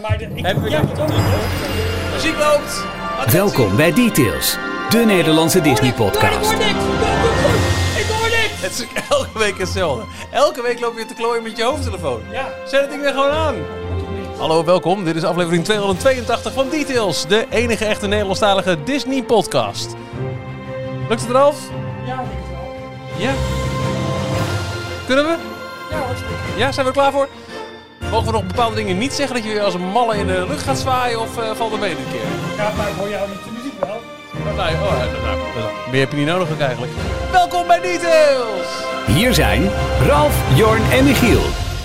Muziek loopt. Welkom bij Details, de Nederlandse Disney-podcast. Ik hoor niks! Het is elke week hetzelfde. Elke week loop je te klooien met je hoofdtelefoon. Ja. Zet het ding weer gewoon aan. Hallo, welkom. Dit is aflevering 282 van Details, de enige echte Nederlandstalige Disney-podcast. Lukt het, Ralf? Ja, ik het wel. Ja? Kunnen we? Ja, hartstikke. Ja, zijn we er klaar voor? Mogen we nog bepaalde dingen niet zeggen dat je weer als een malle in de lucht gaat zwaaien of valt het mee dit keer? Ja, maar ik hoor jou niet de muziek wel. Meer heb je niet nodig ook eigenlijk. Welkom bij Details! Hier zijn Ralf, Jorn en Michiel.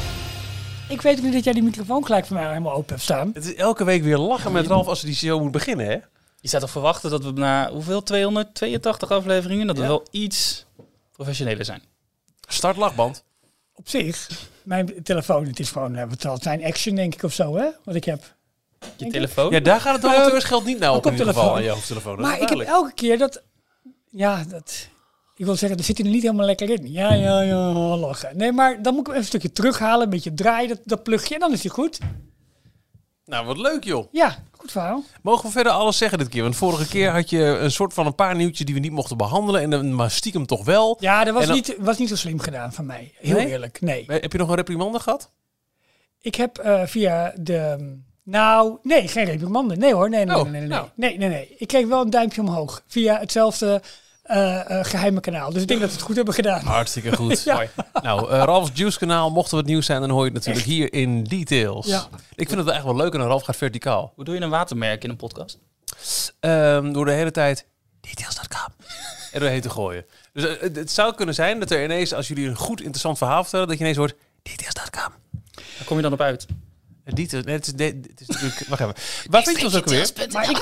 Ik weet ook niet dat jij die microfoon gelijk voor mij helemaal open hebt staan. Het is elke week weer lachen met Ralf als hij die show moet beginnen, hè? Je staat toch verwachten dat we na hoeveel? 282 afleveringen, dat we wel iets professioneler zijn. Start lachband. Op zich, mijn telefoon, het is gewoon, het zal zijn Action denk ik of zo, hè? Wat ik heb. Je telefoon? Ja, daar gaat het donateursgeld niet nou op in ieder geval aan je hoofdtelefoon. Maar ik heb elke keer dat... Ja, dat... Ik wil zeggen, dat zit er niet helemaal lekker in. Ja, lachen. Nee, maar dan moet ik hem even een stukje terughalen, een beetje draaien, dat plugje, en dan is hij goed. Nou, wat leuk joh. Ja, goed verhaal. Mogen we verder alles zeggen dit keer? Want vorige keer had je een soort van een paar nieuwtjes die we niet mochten behandelen. Maar stiekem toch wel. Ja, dat was niet zo slim gedaan van mij. Heel eerlijk, nee. Heb je nog een reprimande gehad? Ik heb via de... Nou, nee, geen reprimande. Nee hoor, nee. Ik kreeg wel een duimpje omhoog. Via hetzelfde geheime kanaal. Dus ik denk dat we het goed hebben gedaan. Hartstikke goed. Ja. Mooi. Nou, Ralf's Juice kanaal, mocht er wat nieuws zijn, dan hoor je het natuurlijk hier in Details. Ja. Ik vind het wel echt wel leuk en Ralf gaat verticaal. Hoe doe je een watermerk in een podcast? Door de hele tijd details.com er doorheen te gooien. Dus het zou kunnen zijn dat er ineens, als jullie een goed interessant verhaal vertellen, dat je ineens hoort details.com. Waar kom je dan op uit? Details, nee, het is natuurlijk... Wacht even. Waar vind je ons ook weer?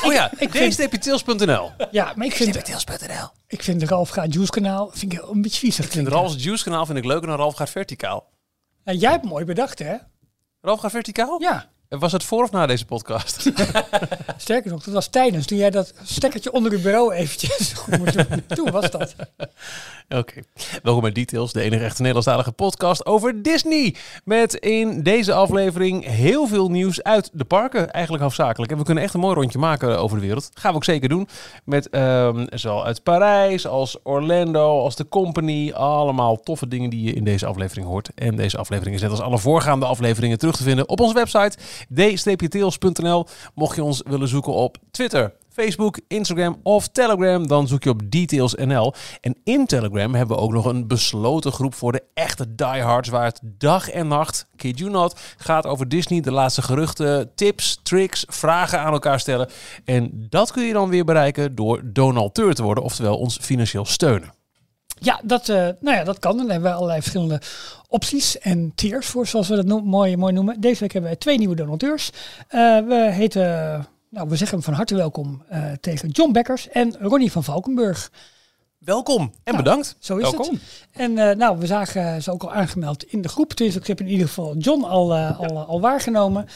d-tails.nl. Ja, maar ik vind de Ralf gaat Juice kanaal vind ik een beetje vies. Ik vind Ralf's Juice kanaal vind ik leuker dan Ralf gaat verticaal. Nou, jij hebt het mooi bedacht, hè? Ralf gaat verticaal? Ja. En was het voor of na deze podcast? Sterker nog, dat was tijdens. Toen jij dat stekkertje onder je bureau eventjes goed moest doen. Toen was dat. Oké. Welkom bij Details, de enige echte Nederlandstalige podcast over Disney. Met in deze aflevering heel veel nieuws uit de parken, eigenlijk hoofdzakelijk. En we kunnen echt een mooi rondje maken over de wereld. Dat gaan we ook zeker doen. Met zowel uit Parijs als Orlando, als de Company. Allemaal toffe dingen die je in deze aflevering hoort. En deze aflevering is net als alle voorgaande afleveringen terug te vinden op onze website d-tails.nl. Mocht je ons willen zoeken op Twitter, Facebook, Instagram of Telegram, dan zoek je op Details.nl. En in Telegram hebben we ook nog een besloten groep voor de echte diehards, waar het dag en nacht, kid you not, gaat over Disney, de laatste geruchten, tips, tricks, vragen aan elkaar stellen. En dat kun je dan weer bereiken door donateur te worden, oftewel ons financieel steunen. Ja, dat kan. Dan hebben we allerlei verschillende opties en tiers voor, zoals we dat mooi noemen. Deze week hebben wij 2 nieuwe donateurs. We zeggen hem van harte welkom tegen John Bekkers en Ronnie van Valkenburg. Welkom en bedankt. Zo is welkom. Het. En we zagen ze ook al aangemeld in de groep. Dus ik heb in ieder geval John al waargenomen.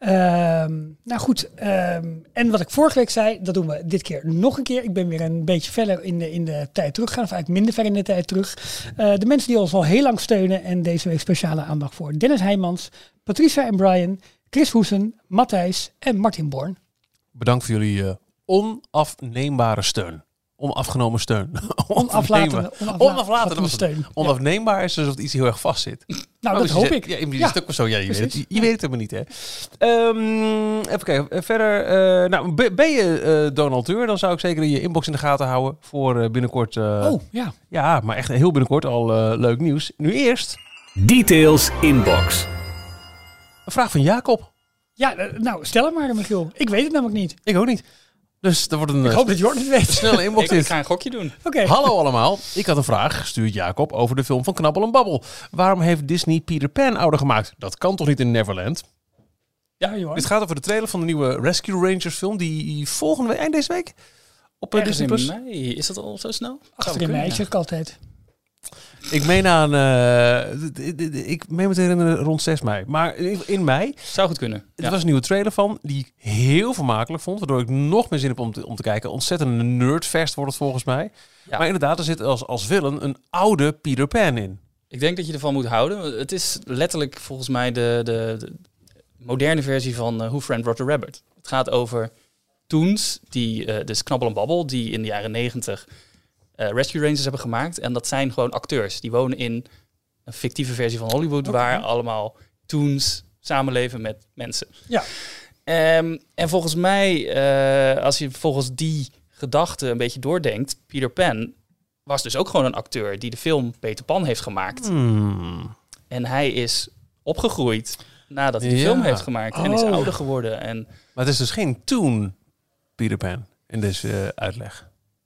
En wat ik vorige week zei, dat doen we dit keer nog een keer. Ik ben weer een beetje verder in de tijd teruggegaan, of eigenlijk minder ver in de tijd terug. De mensen die ons al heel lang steunen en deze week speciale aandacht voor Dennis Heijmans, Patricia en Brian, Chris Hoesen, Matthijs en Martin Born. Bedankt voor jullie onafneembare steun. Onafgenomen steun. Onaflatende steun. Onafneembaar is alsof iets heel erg vast zit. Nou, dat hoop ik. Ja, je weet het helemaal niet, hè. Even kijken. Verder. Ben je donateur, dan zou ik zeker je inbox in de gaten houden voor binnenkort. Ja, maar echt heel binnenkort al leuk nieuws. Nu eerst Details inbox. een vraag van Jacob. Ja, stel hem maar, Michiel. Ik weet het namelijk niet. Ik ook niet. Dus er wordt een ik hoop dat Jordan het weet. Snelle inbox. Ik ga een gokje doen. Okay. Hallo allemaal. Ik had een vraag gestuurd Jacob over de film van Knabbel en Babbel. Waarom heeft Disney Peter Pan ouder gemaakt? Dat kan toch niet in Neverland? Ja, Johan. Dit gaat over de trailer van de nieuwe Rescue Rangers film die volgende week, eind deze week, op Disney Plus. Nee, is dat al zo snel? Achterin mij, zeg ik altijd. Ik meen ik meen me te herinneren rond 6 mei. Maar in mei. Zou goed kunnen. Het was een nieuwe trailer van die ik heel vermakelijk vond. Waardoor ik nog meer zin heb om te kijken. Ontzettend nerdfest wordt het volgens mij. Ja. Maar inderdaad, er zit als villain een oude Peter Pan in. Ik denk dat je ervan moet houden. Het is letterlijk volgens mij de moderne versie van Who Framed Roger Rabbit. Het gaat over Toons, dus Knabbel en Babbel, die in de jaren 90 Rescue Rangers hebben gemaakt. En dat zijn gewoon acteurs. Die wonen in een fictieve versie van Hollywood, waar allemaal Toons samenleven met mensen. Ja. En volgens mij, als je volgens die gedachte een beetje doordenkt, Peter Pan was dus ook gewoon een acteur die de film Peter Pan heeft gemaakt. En hij is opgegroeid nadat hij de film heeft gemaakt en is ouder geworden. Maar het is dus geen Toon Peter Pan in deze uitleg.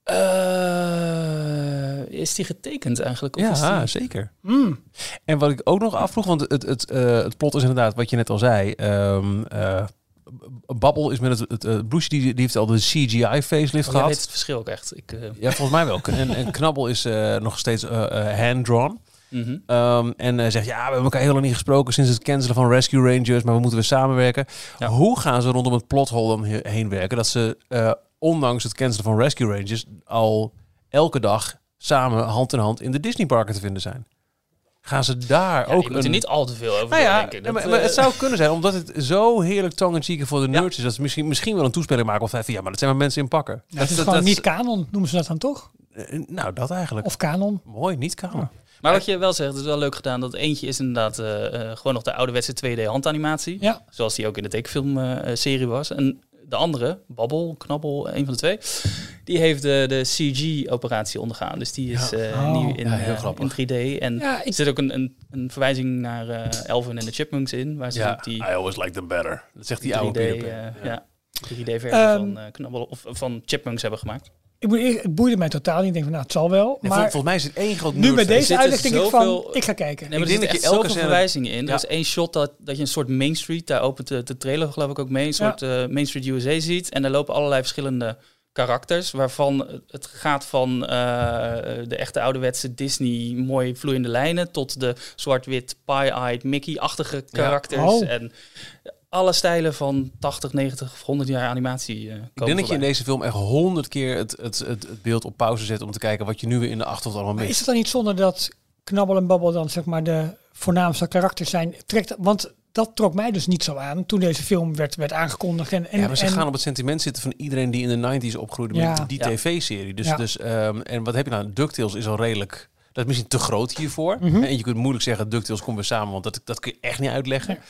Is die getekend eigenlijk? Of Ja, is die... zeker. En wat ik ook nog afvroeg, want het plot is inderdaad wat je net al zei. Babbel is met het blouseje, die heeft al de CGI-facelift gehad. Je weet het verschil ook echt. Ja, volgens mij wel. En Knabbel is nog steeds hand-drawn. En zegt, we hebben elkaar heel lang niet gesproken sinds het cancelen van Rescue Rangers, maar we moeten weer samenwerken. Ja. Hoe gaan ze rondom het plothol dan heen werken? Dat ze, ondanks het cancelen van Rescue Rangers, al elke dag samen hand in hand in de Disneyparken te vinden zijn. Gaan ze daar ook... Je moet er niet al te veel over denken. Maar het zou kunnen zijn, omdat het zo heerlijk tongue-in-cheek voor de nerds is, dat ze misschien wel een toespeling maken of maar dat zijn maar mensen in pakken. Ja, het is gewoon niet kanon, noemen ze dat dan toch? Nou, dat eigenlijk. Of kanon. Mooi, niet kanon. Ja. Maar wat je wel zegt, het is wel leuk gedaan. Dat eentje is inderdaad gewoon nog de ouderwetse 2D handanimatie. Ja. Zoals die ook in de tekenfilmserie was. En de andere, Babbel, Knabbel, een van de twee, die heeft de CG-operatie ondergaan. Dus die is nu in 3D. En er zit ook een verwijzing naar Alvin en de Chipmunks in. Waar ze ook die... I always like them better. Dat zegt die oude 3D-versie van Knabbel of van Chipmunks hebben gemaakt. Het boeide mij totaal niet. Ik denk van, het zal wel. Nee, maar volgens mij is het één groot nu bij deze uitleg denk ik van, ik ga kijken. Nee, maar er zitten zoveel verwijzingen in. Er is één shot dat je een soort Main Street, daar opent de trailer geloof ik ook mee, een soort Main Street USA ziet. En daar lopen allerlei verschillende karakters, waarvan het gaat van de echte ouderwetse Disney mooi vloeiende lijnen tot de zwart-wit pie-eyed Mickey-achtige karakters. En alle stijlen van 80, 90 of 100 jaar animatie komen. Ik denk dat je in deze film echt 100 keer het beeld op pauze zet om te kijken wat je nu weer in de achtergrond allemaal mist. Is het dan niet zonde dat Knabbel en Babbel dan zeg maar de voornaamste karakters zijn? Want dat trok mij dus niet zo aan toen deze film werd aangekondigd. Maar ze gaan op het sentiment zitten van iedereen die in de 90s opgroeide met die tv-serie. En wat heb je nou? DuckTales is al redelijk... Dat is misschien te groot hiervoor. En je kunt moeilijk zeggen, DuckTales komt weer samen, want dat kun je echt niet uitleggen. Nee.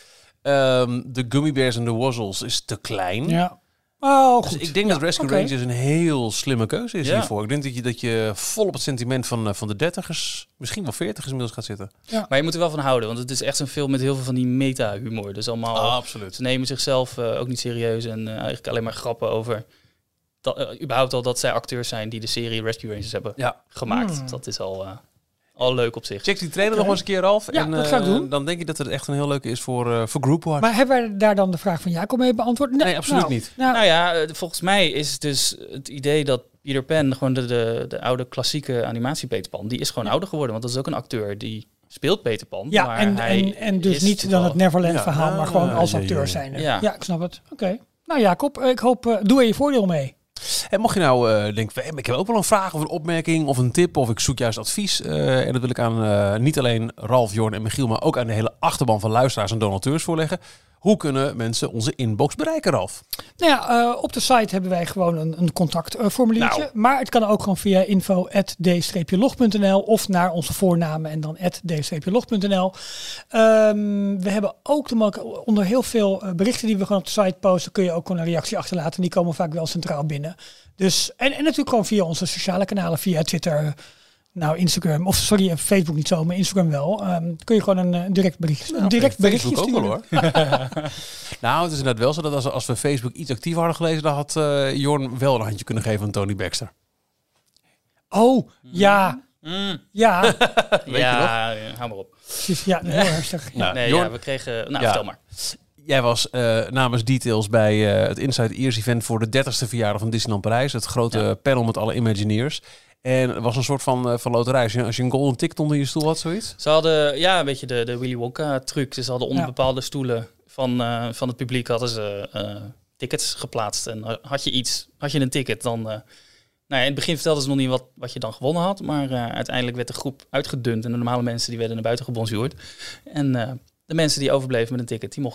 De Gummy Bears en de Wuzzles is te klein. Ja. Oh, dus ik denk dat Rescue Rangers een heel slimme keuze is hiervoor. Ik denk dat je vol op het sentiment van de 30ers, misschien wel 40ers inmiddels gaat zitten. Ja. Maar je moet er wel van houden, want het is echt een film met heel veel van die meta-humor. Dus allemaal, absoluut. Ze nemen zichzelf ook niet serieus en eigenlijk alleen maar grappen over überhaupt al dat zij acteurs zijn die de serie Rescue Rangers hebben gemaakt. Dat is al leuk op zich. Check die trailer nog eens een keer, Ralf. Ja, dat ga ik doen. Dan denk ik dat het echt een heel leuke is voor Groupwatch. Maar hebben wij daar dan de vraag van Jacob mee beantwoord? Nee, absoluut niet. Nou ja, volgens mij is dus het idee dat Peter Pan, gewoon de oude klassieke animatie Peter Pan, die is gewoon ouder geworden. Want dat is ook een acteur die speelt Peter Pan. Ja, maar en dus niet dan het Neverland verhaal, maar gewoon als acteur zijn. Ja, ik snap het. Oké. Nou Jacob, ik hoop, doe er je voordeel mee. En mocht je nou denken, ik heb ook wel een vraag of een opmerking of een tip of ik zoek juist advies. En dat wil ik aan niet alleen Ralf, Jorn en Michiel, maar ook aan de hele achterban van luisteraars en donateurs voorleggen. Hoe kunnen mensen onze inbox bereiken, Ralf? Nou ja, op de site hebben wij gewoon een contactformuliertje. Maar het kan ook gewoon via info@d-log.nl of naar onze voornamen en dan @d-log.nl. We hebben ook te maken onder heel veel berichten die we gewoon op de site posten, kun je ook gewoon een reactie achterlaten. Die komen vaak wel centraal binnen. Dus, en natuurlijk gewoon via onze sociale kanalen, via Twitter, Instagram, of Facebook niet zo, maar Instagram wel. Kun je gewoon een direct berichtje sturen. Ook wel, hoor. Nou, het is inderdaad wel zo dat als we Facebook iets actiever hadden gelezen, dan had Jorn wel een handje kunnen geven aan Tony Baxter. Oh, ja. Ja. Weet je nog? Hou maar op. Ja, heel ernstig. We kregen... vertel maar. Jij was namens Details bij het Inside Ears event voor de 30ste verjaardag van Disneyland Parijs. Het grote panel met alle Imagineers. En het was een soort van loterij. Als je een golden ticket onder je stoel had, zoiets? Ze hadden een beetje de Willy Wonka truc. Ze hadden onder bepaalde stoelen van het publiek hadden ze tickets geplaatst. En had je een ticket, dan... in het begin vertelden ze nog niet wat je dan gewonnen had. Maar uiteindelijk werd de groep uitgedund. En de normale mensen die werden naar buiten gebonjourd. En de mensen die overbleven met een ticket, die mochten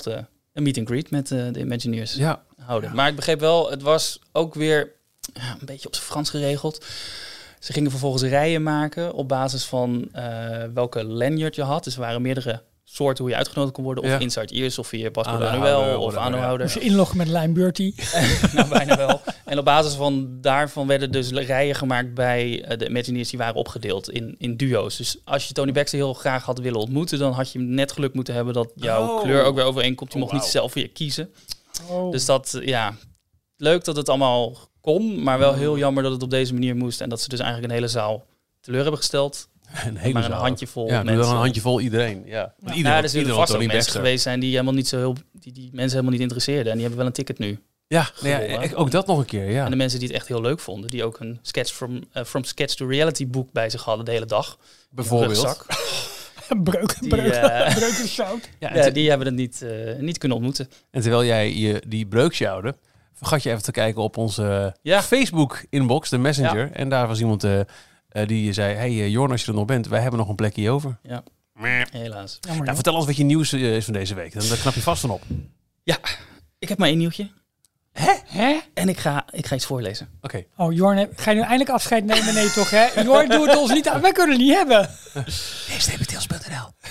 een meet and greet met de Imagineers houden. Ja. Maar ik begreep wel, het was ook weer een beetje op zijn Frans geregeld. Ze gingen vervolgens rijen maken op basis van welke lanyard je had. Dus er waren meerdere soorten hoe je uitgenodigd kon worden. Of inside ears, of via paspoort annuel, of aanhouder. Dus je inloggen met Lime Bertie. Nou, bijna wel. En op basis van daarvan werden dus rijen gemaakt bij de Imagineers die waren opgedeeld in duo's. Dus als je Tony Baxter heel graag had willen ontmoeten, dan had je net geluk moeten hebben dat jouw kleur ook weer overeenkomt. Je mocht niet zelf weer kiezen. Dus dat, leuk dat het allemaal kon, maar wel heel jammer dat het op deze manier moest. En dat ze dus eigenlijk een hele zaal teleur hebben gesteld. Een handjevol mensen. Wel een handjevol iedereen. Ja. Er zullen vast ook mensen geweest zijn die helemaal niet zo heel, die mensen helemaal niet interesseerden. En die hebben wel een ticket nu. Ja, ook dat nog een keer. Ja. En de mensen die het echt heel leuk vonden, die ook een sketch from sketch to reality boek bij zich hadden de hele dag. Bijvoorbeeld. Breuk zout. Die hebben het niet kunnen ontmoeten. En terwijl jij die breuk sjouwde, vergat je even te kijken op onze Facebook-inbox, de Messenger. Ja. En daar was iemand die zei, hey Jorn, als je er nog bent, wij hebben nog een plekje over. Ja, helaas. Nou, vertel ons wat je nieuws is van deze week. Dan knap je vast van op. Ja, ik heb maar 1 nieuwtje. Hè? En ik ga iets voorlezen. Oké. Oh, Jorn, ga je nu eindelijk afscheid nemen? Nee, toch, hè? Jorn, doe het ons niet aan. Wij kunnen het niet hebben. stbtils.nl.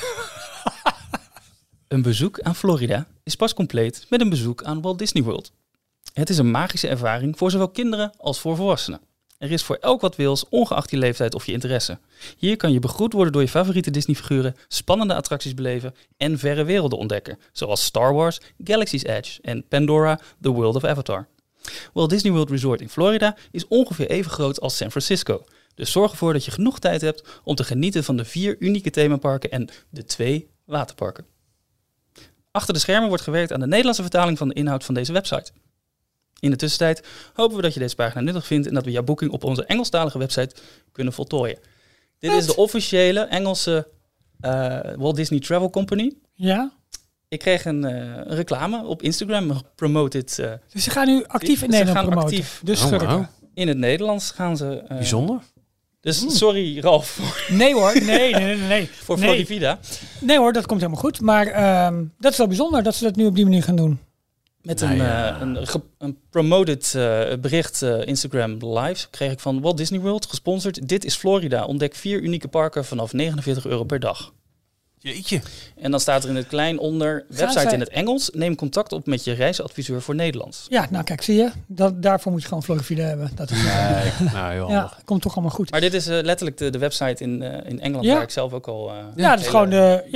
Een bezoek aan Florida is pas compleet met een bezoek aan Walt Disney World. Het is een magische ervaring voor zowel kinderen als voor volwassenen. Er is voor elk wat wils, ongeacht je leeftijd of je interesse. Hier kan je begroet worden door je favoriete Disney-figuren, spannende attracties beleven en verre werelden ontdekken, zoals Star Wars, Galaxy's Edge en Pandora, The World of Avatar. Walt Disney World Resort in Florida is ongeveer even groot als San Francisco. Dus zorg ervoor dat je genoeg tijd hebt om te genieten van de 4 unieke themaparken en de 2 waterparken. Achter de schermen wordt gewerkt aan de Nederlandse vertaling van de inhoud van deze website. In de tussentijd hopen we dat je deze pagina nuttig vindt en dat we jouw boeking op onze Engelstalige website kunnen voltooien. Dit is de officiële Engelse Walt Disney Travel Company. Ja. Ik kreeg een reclame op Instagram, promoted. Dus ze gaan nu actief in Nederland promoten. Actief. Dus in het Nederlands gaan ze... Bijzonder. Dus sorry Ralf. Nee hoor, nee. Voor Florivida. Nee hoor, dat komt helemaal goed. Maar dat is wel bijzonder dat ze dat nu op die manier gaan doen. Met een promoted bericht Instagram live kreeg ik van Walt Disney World, gesponsord. Dit is Florida. Ontdek 4 unieke parken vanaf €49 per dag. Jeetje. En dan staat er in het klein onder, website in het Engels. Neem contact op met je reisadviseur voor Nederlands. Ja, nou kijk, zie je. Daarvoor moet je gewoon Florivida hebben. Dat is komt toch allemaal goed. Maar dit is letterlijk de website in Engeland waar ik zelf ook al dat is gewoon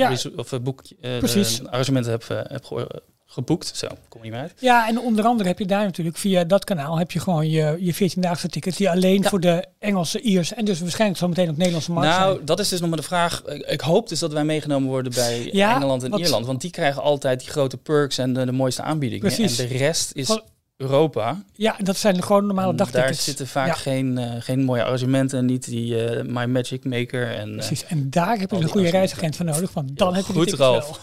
de arrangementen heb geboekt. Zo, kom je niet meer uit. Ja, en onder andere heb je daar natuurlijk via dat kanaal heb je gewoon je 14-daagse tickets die alleen voor de Engelse Iers en dus waarschijnlijk zo meteen op Nederlandse markt zijn. Nou, dat is dus nog maar de vraag. Ik hoop dus dat wij meegenomen worden bij Engeland en Ierland, want die krijgen altijd die grote perks en de mooiste aanbiedingen. Precies. En de rest is Europa. Ja, dat zijn gewoon normale dagtickets. Daar zitten vaak geen mooie arrangementen en niet die My Magic Maker. En, precies, en daar heb je een goede reisagent voor nodig, want dan heb je die tickets wel.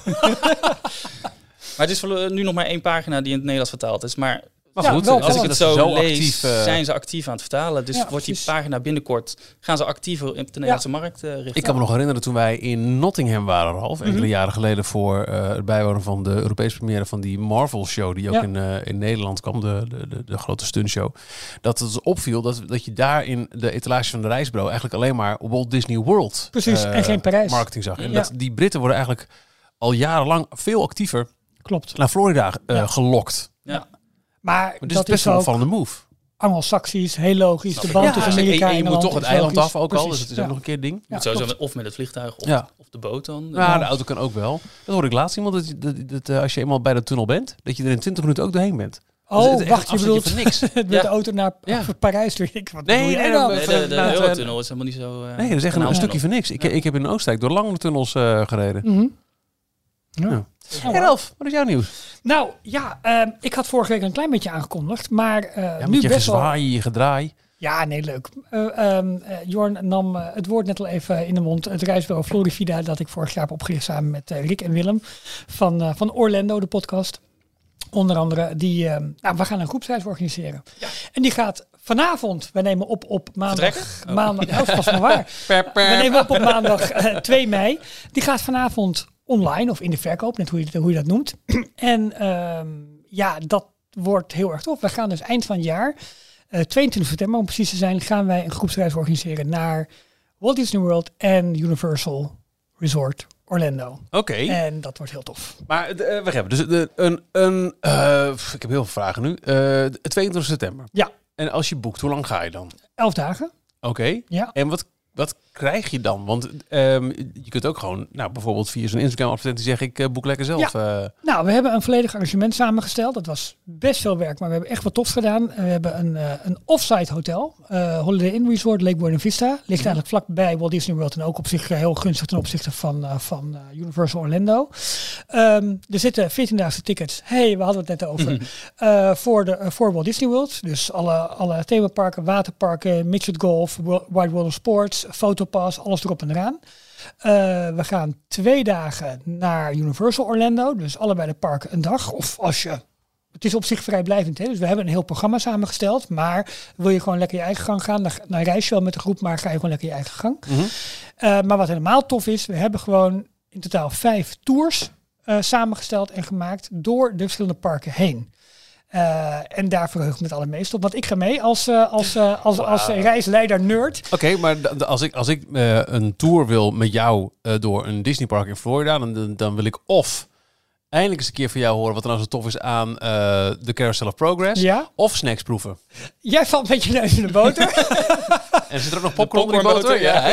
Maar het is nu nog maar 1 pagina die in het Nederlands vertaald is. Maar goed, als ik het zo lees, zijn ze actief aan het vertalen. Dus wordt die pagina binnenkort, gaan ze actiever op de Nederlandse markt richten. Ik kan me nog herinneren toen wij in Nottingham waren, Ralf, enkele jaren geleden voor het bijwonen van de Europese première van die Marvel show, die ook in Nederland kwam, de grote stuntshow. Dat het opviel dat je daar in de etalage van de reisbureau eigenlijk alleen maar Walt Disney World en geen Parijs marketing zag. En die Britten worden eigenlijk al jarenlang veel actiever naar Florida gelokt. Ja. Maar dus dat is best wel een opvallende move. Anglo-Saxisch, heel logisch. De band tussen Amerika en Engeland. Je moet toch het eiland af ook al, dus het is ook nog een keer het ding. Ja, sowieso of met het vliegtuig of de boot dan. Ja, de auto kan ook wel. Dat hoorde ik laatst iemand, dat als je eenmaal bij de tunnel bent, dat je er in 20 minuten ook doorheen bent. Oh, wacht, je bedoelt van niks. Met de auto naar Parijs. De Eurotunnel is helemaal niet zo... nee, dat is echt een stukje van niks. Ik heb in Oostenrijk door lange tunnels gereden. Hey Ralf, wat is jouw nieuws? Nou ja, ik had vorige week een klein beetje aangekondigd, maar nu je best wel... je gedraai. Ja, nee, leuk. Jorn nam het woord net al even in de mond. Het reisbureau Florivida dat ik vorig jaar heb opgericht samen met Rick en Willem van Orlando, de podcast. Onder andere, we gaan een groepsreis organiseren. Ja. En die gaat vanavond, wij nemen op maandag. Maandag, dat is pas maar waar. We nemen op maandag 2 mei. Die gaat vanavond online of in de verkoop, net hoe je dat noemt. En dat wordt heel erg tof. We gaan dus eind van het jaar, 22 september om precies te zijn, gaan wij een groepsreis organiseren naar Walt Disney World en Universal Resort Orlando. Oké. En dat wordt heel tof. Maar we hebben dus ik heb heel veel vragen nu. 22 september. Ja. En als je boekt, hoe lang ga je dan? 11 dagen. Oké. Ja. En wat krijg je dan? Want je kunt ook gewoon, bijvoorbeeld via zo'n Instagram-advertentie zeggen, ik boek lekker zelf. Ja. Nou, we hebben een volledig arrangement samengesteld. Dat was best veel werk, maar we hebben echt wat tofs gedaan. We hebben een off-site hotel, Holiday Inn Resort, Lake Buena Vista. Ligt eigenlijk vlakbij Walt Disney World en ook op zich heel gunstig ten opzichte van Universal Orlando. Er zitten 14-daagse tickets. We hadden het net over. Voor Walt Disney World. Dus alle themaparken, waterparken, Midget Golf, Wide World of Sports, Fotopass, alles erop en eraan. We gaan 2 dagen naar Universal Orlando. Dus allebei de parken een dag. Of als je... Het is op zich vrijblijvend. Hè? Dus we hebben een heel programma samengesteld. Maar wil je gewoon lekker je eigen gang gaan, dan reis je wel met de groep, maar ga je gewoon lekker je eigen gang. Maar wat helemaal tof is, we hebben gewoon in totaal 5 tours samengesteld en gemaakt door de verschillende parken heen. En daar verheug ik me het allermeest op. Want ik ga mee als reisleider nerd. Oké, maar als ik een tour wil met jou door een Disneypark in Florida, dan wil ik of eindelijk eens een keer van jou horen wat er nou zo tof is aan de Carousel of Progress. Ja? Of snacks proeven. Jij valt met je neus in de boter. En zit er ook nog popcorn in de boter? Ja.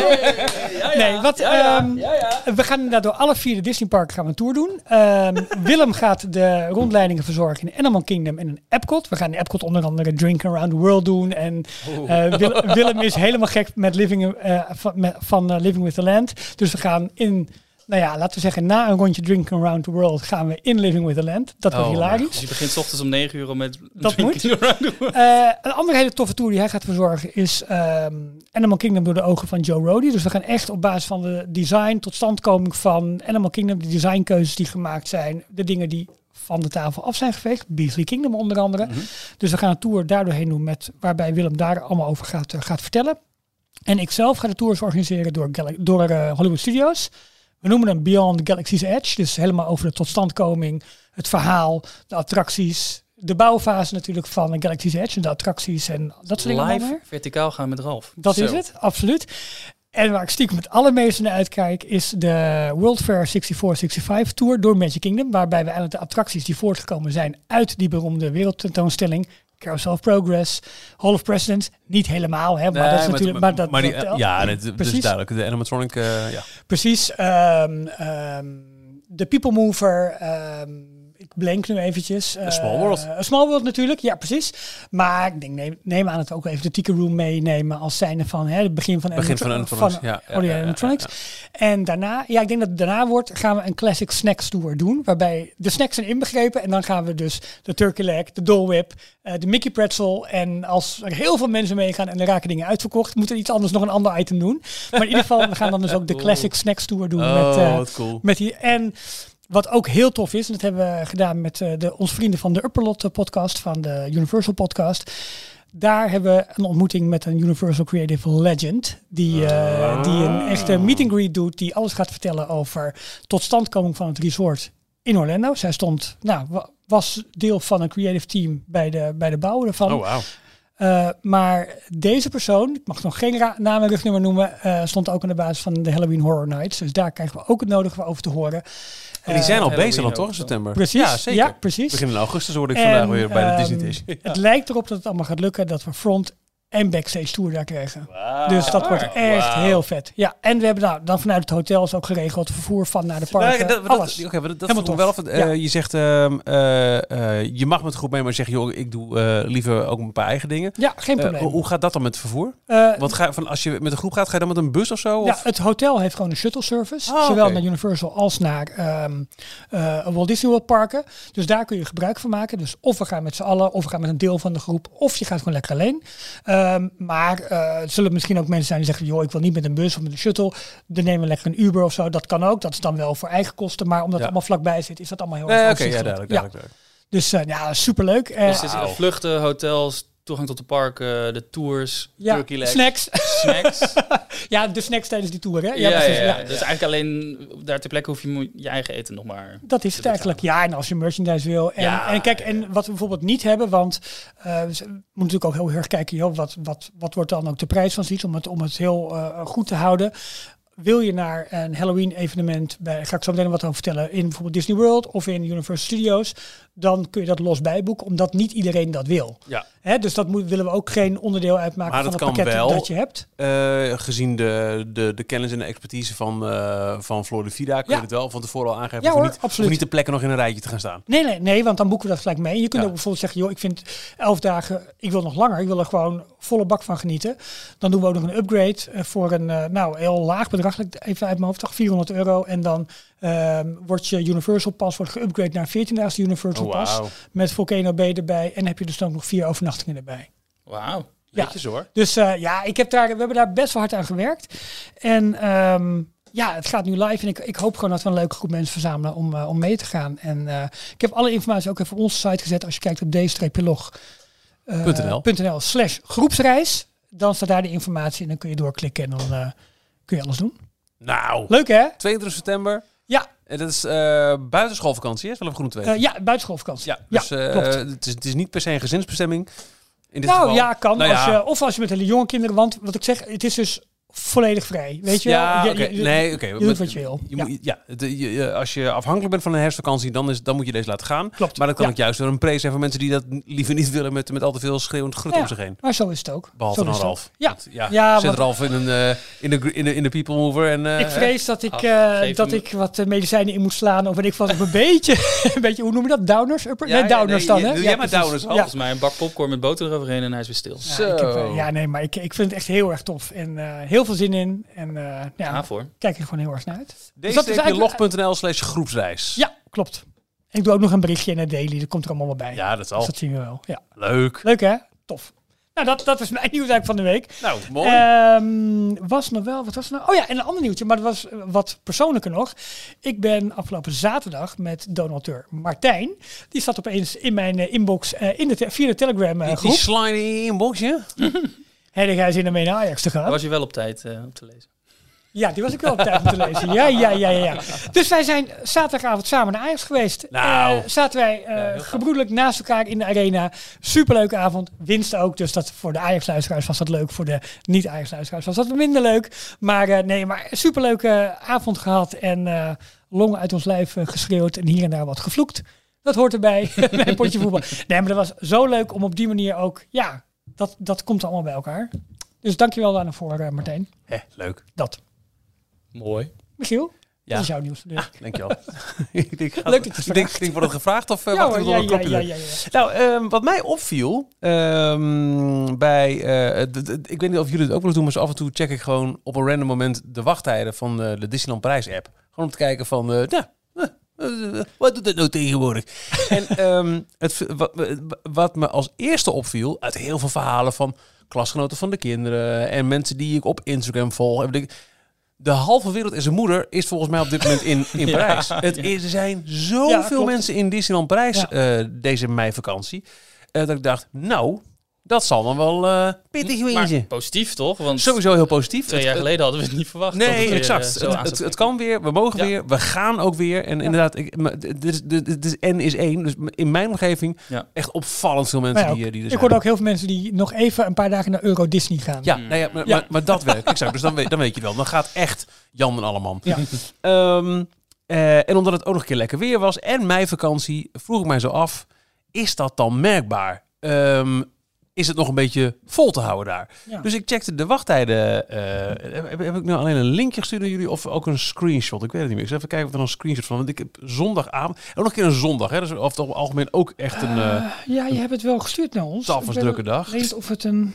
We gaan inderdaad door alle 4 Disneyparken gaan we een tour doen. Willem gaat de rondleidingen verzorgen in Animal Kingdom en in Epcot. We gaan in Epcot onder andere Drink Around the World doen. En Willem is helemaal gek met van Living with the Land. Dus we gaan laten we zeggen, na een rondje Drinking Around the World gaan we in Living with the Land. Dat wordt hilarisch. Dus je begint 's ochtends om 9 uur met dat moet. Een andere hele toffe tour die hij gaat verzorgen is Animal Kingdom door de ogen van Joe Rohde. Dus we gaan echt op basis van de design, totstandkoming van Animal Kingdom, de designkeuzes die gemaakt zijn, de dingen die van de tafel af zijn geveegd. Beasley Kingdom onder andere. Dus we gaan een tour daardoorheen doen waarbij Willem daar allemaal over gaat vertellen. En ik zelf ga de tours organiseren door Hollywood Studios. We noemen hem Beyond Galaxy's Edge. Dus helemaal over de totstandkoming, het verhaal, de attracties, de bouwfase natuurlijk van Galaxy's Edge en de attracties en dat soort dingen. Live verticaal gaan met Ralf. Dat is het, absoluut. En waar ik stiekem het allermeeste naar uitkijk is de World Fair 6465 Tour door Magic Kingdom. Waarbij we eigenlijk de attracties die voortgekomen zijn uit die beroemde wereldtentoonstelling, Carousel of Progress, Hall of Presidents, niet helemaal, hè, maar dat is natuurlijk, dat is duidelijk. De animatronic, ja. Precies. De People Mover. Ik blank nu eventjes. Small World. Small World natuurlijk, ja precies. Maar ik denk, neem aan het ook even de Ticket Room meenemen als zijnde van het begin van animatronics. En daarna, ik denk dat daarna gaan we een Classic Snacks Tour doen, waarbij de snacks zijn inbegrepen en dan gaan we dus de Turkey Leg, de Dole Whip, de Mickey Pretzel en als er heel veel mensen meegaan en er raken dingen uitverkocht, moeten we iets anders nog een ander item doen. Maar in ieder geval, we gaan dan dus ook de Classic Snacks Tour doen met die en wat ook heel tof is, en dat hebben we gedaan met onze vrienden van de Upperlot podcast, van de Universal podcast. Daar hebben we een ontmoeting met een Universal Creative Legend. Die een echte meet and greet doet. Die alles gaat vertellen over totstandkoming van het resort in Orlando. Zij was deel van een creative team bij de bouw ervan. Oh, wow. Maar deze persoon, ik mag nog geen naam en rugnummer noemen, stond ook aan de basis van de Halloween Horror Nights. Dus daar krijgen we ook het nodige over te horen. En die zijn al bezig dan toch in september? Precies, ja, zeker. Ja, precies. Begin in augustus hoorde ik vandaag weer bij de Disney Days. Het lijkt erop dat het allemaal gaat lukken, dat we front en backstage tour daar krijgen. Wow. Dus dat wordt echt heel vet. Ja, en we hebben dan vanuit het hotel is ook geregeld vervoer van naar de parken. Dat vond ik wel even. Je zegt, je mag met de groep mee, maar zeg joh, ik doe liever ook een paar eigen dingen. Ja, geen probleem. Hoe gaat dat dan met het vervoer? Want als je met een groep gaat, ga je dan met een bus of zo? Ja, het hotel heeft gewoon een shuttle service. Zowel naar Universal als naar Walt Disney World parken. Dus daar kun je gebruik van maken. Dus of we gaan met z'n allen, of we gaan met een deel van de groep, of je gaat gewoon lekker alleen. Maar er zullen misschien ook mensen zijn die zeggen, joh, ik wil niet met een bus of met een shuttle. Dan nemen we lekker een Uber of zo. Dat kan ook. Dat is dan wel voor eigen kosten. Maar omdat het allemaal vlakbij zit, is dat allemaal heel erg duidelijk. Dus superleuk. Dus het is vluchten, hotels, toegang tot de parken, de tours. Ja, Turkey leg. snacks. Ja, de snacks tijdens die tour, hè? Ja, precies. Ja. Dus eigenlijk alleen daar ter plekke hoef je je eigen eten nog maar... Dat is het eigenlijk. Ja, en als je merchandise wil. En kijk, en wat we bijvoorbeeld niet hebben, want we moeten natuurlijk ook heel erg kijken, joh, wat wordt dan ook de prijs van zoiets, om het heel goed te houden. Wil je naar een Halloween evenement, ga ik zo meteen wat over vertellen, in bijvoorbeeld Disney World of in Universal Studios, dan kun je dat los bijboeken, omdat niet iedereen dat wil. Ja. Hè, dus dat willen we ook geen onderdeel uitmaken Maar van het dat pakket kan wel, dat je hebt. Gezien de kennis en de expertise van Florida kun je het wel van tevoren al aangeven. Ja, hoor, of niet de plekken nog in een rijtje te gaan staan. Nee, want dan boeken we dat gelijk mee. Je kunt ook bijvoorbeeld zeggen, joh, ik vind 11 dagen, ik wil nog langer. Ik wil er gewoon volle bak van genieten. Dan doen we ook nog een upgrade voor een heel laag bedrag. Even uit mijn hoofd, €400. En dan wordt je Universal Pass geüpgrade naar 14-daagse Universal Pass. Met Volcano Bay erbij. En heb je dus dan nog 4 overnachtingen erbij. Wauw. Netjes hoor. Dus we hebben daar best wel hard aan gewerkt. En het gaat nu live. En ik hoop gewoon dat we een leuke groep mensen verzamelen om mee te gaan. En ik heb alle informatie ook even op onze site gezet. Als je kijkt op d-log.nl/groepsreis. Dan staat daar de informatie en dan kun je doorklikken en dan kun je alles doen. Nou, leuk hè? 22 september. Ja. En dat is buitenschoolvakantie, hè? Wel even goed te weten. Ja, buitenschoolvakantie. Ja, dus klopt. Het is niet per se een gezinsbestemming. In dit nou geval. Ja, kan. Nou, Als je met hele jonge kinderen, want wat ik zeg, het is dus volledig vrij. Weet je ja, wel? oké. Je doet wat je wil. Als je afhankelijk bent van een herfstvakantie, dan moet je deze laten gaan. Klopt. Maar dan kan ik juist door een prees zijn voor mensen die dat liever niet willen met al te veel schreeuwend grut om zich heen. Maar zo is het ook. Behalve dan Ralf. Ja. Zet Ralf in de people mover. En, ik vrees dat ik wat medicijnen in moet slaan. Of ik was een beetje, hoe noem je dat? Downers? Downers dan, hè? Doe jij maar downers. Volgens mij een bak popcorn met boter eroverheen en hij is weer stil. Maar ik vind het echt heel erg tof. En heel veel zin in. En kijk er gewoon heel erg naar uit. d-log.nl/groepsreis. Ja, klopt. En ik doe ook nog een berichtje in het daily. Dat komt er allemaal wel bij. Ja, dat zal. Dus dat zien we wel. Ja. Leuk. Leuk hè? Tof. Nou, dat is mijn nieuws eigenlijk van de week. Nou, mooi. Was nog wel, wat was er nou? Oh ja, en een ander nieuwtje, maar dat was wat persoonlijker nog. Ik ben afgelopen zaterdag met donateur Martijn. Die zat opeens in mijn inbox via de Telegram groep. Die slide in je inbox, ja? Hij is in de mee naar Ajax te gaan. Was je wel op tijd om te lezen? Ja, die was ik wel op tijd om te lezen. Ja. Dus wij zijn zaterdagavond samen naar Ajax geweest. Zaten wij gebroedelijk naast elkaar in de arena. Superleuke avond. Winst ook. Dus dat voor de Ajax-luisteraars was dat leuk. Voor de niet-Ajax-luisteraars was dat minder leuk. Maar superleuke avond gehad. En longen uit ons lijf geschreeuwd. En hier en daar wat gevloekt. Dat hoort erbij. Bij een potje voetbal. Nee, maar dat was zo leuk om op die manier ook... Ja, dat komt allemaal bij elkaar. Dus dankjewel daarvoor, Martijn. Leuk. Dat. Mooi. Michiel, dat is jouw nieuws. Dankjewel. ik denk, wordt het gevraagd of wacht even door een klopje? Ja. Nou, wat mij opviel ik weet niet of jullie het ook wel eens doen, maar af en toe check ik gewoon op een random moment de wachttijden van de Disneyland Parijs app. Gewoon om te kijken van, wat doet het nou tegenwoordig? En wat me als eerste opviel, uit heel veel verhalen van klasgenoten van de kinderen en mensen die ik op Instagram volg, de halve wereld en zijn moeder is volgens mij op dit moment in Parijs. Er zijn zoveel mensen in Disneyland Parijs deze meivakantie. Dat ik dacht, nou, dat zal dan wel pittig wezen. Maar positief toch? Want sowieso heel positief. 2 jaar geleden hadden we het niet verwacht. Nee, exact. Het kan weer, we mogen weer, we gaan ook weer. En inderdaad, N is 1. Dus in mijn omgeving echt opvallend veel mensen die er zijn. Ik hoorde ook heel veel mensen die nog even een paar dagen naar Euro Disney gaan. Maar dat werkt. Exact. Dus dan weet je het wel. Dan gaat echt Jan en Alleman. Ja. En omdat het ook nog een keer lekker weer was en meivakantie, vroeg ik mij zo af, is dat dan merkbaar? Is het nog een beetje vol te houden daar? Ja. Dus ik checkte de wachttijden. Heb ik nu alleen een linkje gestuurd naar jullie of ook een screenshot? Ik weet het niet meer. Ik zal even kijken of er een screenshot van. Want ik heb zondagavond, ook nog een keer een zondag. Hè? Dus over het algemeen ook echt een... ja, je hebt het wel gestuurd naar ons. Tafels drukke dag. Weet of het een...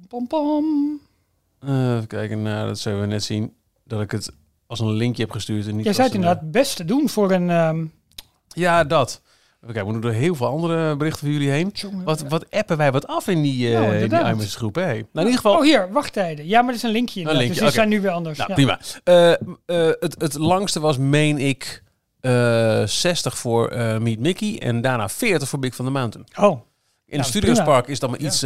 Even kijken, dat zullen we net zien. Dat ik het als een linkje heb gestuurd. En niet jij zou het inderdaad het beste doen voor een... Ja, dat. Even kijken, we doen er heel veel andere berichten voor jullie heen. Wat appen wij wat af in die iMessage groep? Hè? Nou, in ieder geval... Oh, hier, wachttijden. Ja, maar dat is een linkje. Dus die zijn nu weer anders. Nou, prima. Het langste was, meen ik, 60 voor Meet Mickey en daarna 40 voor Big Thunder Mountain. Oh. In de Studios Park is dan maar iets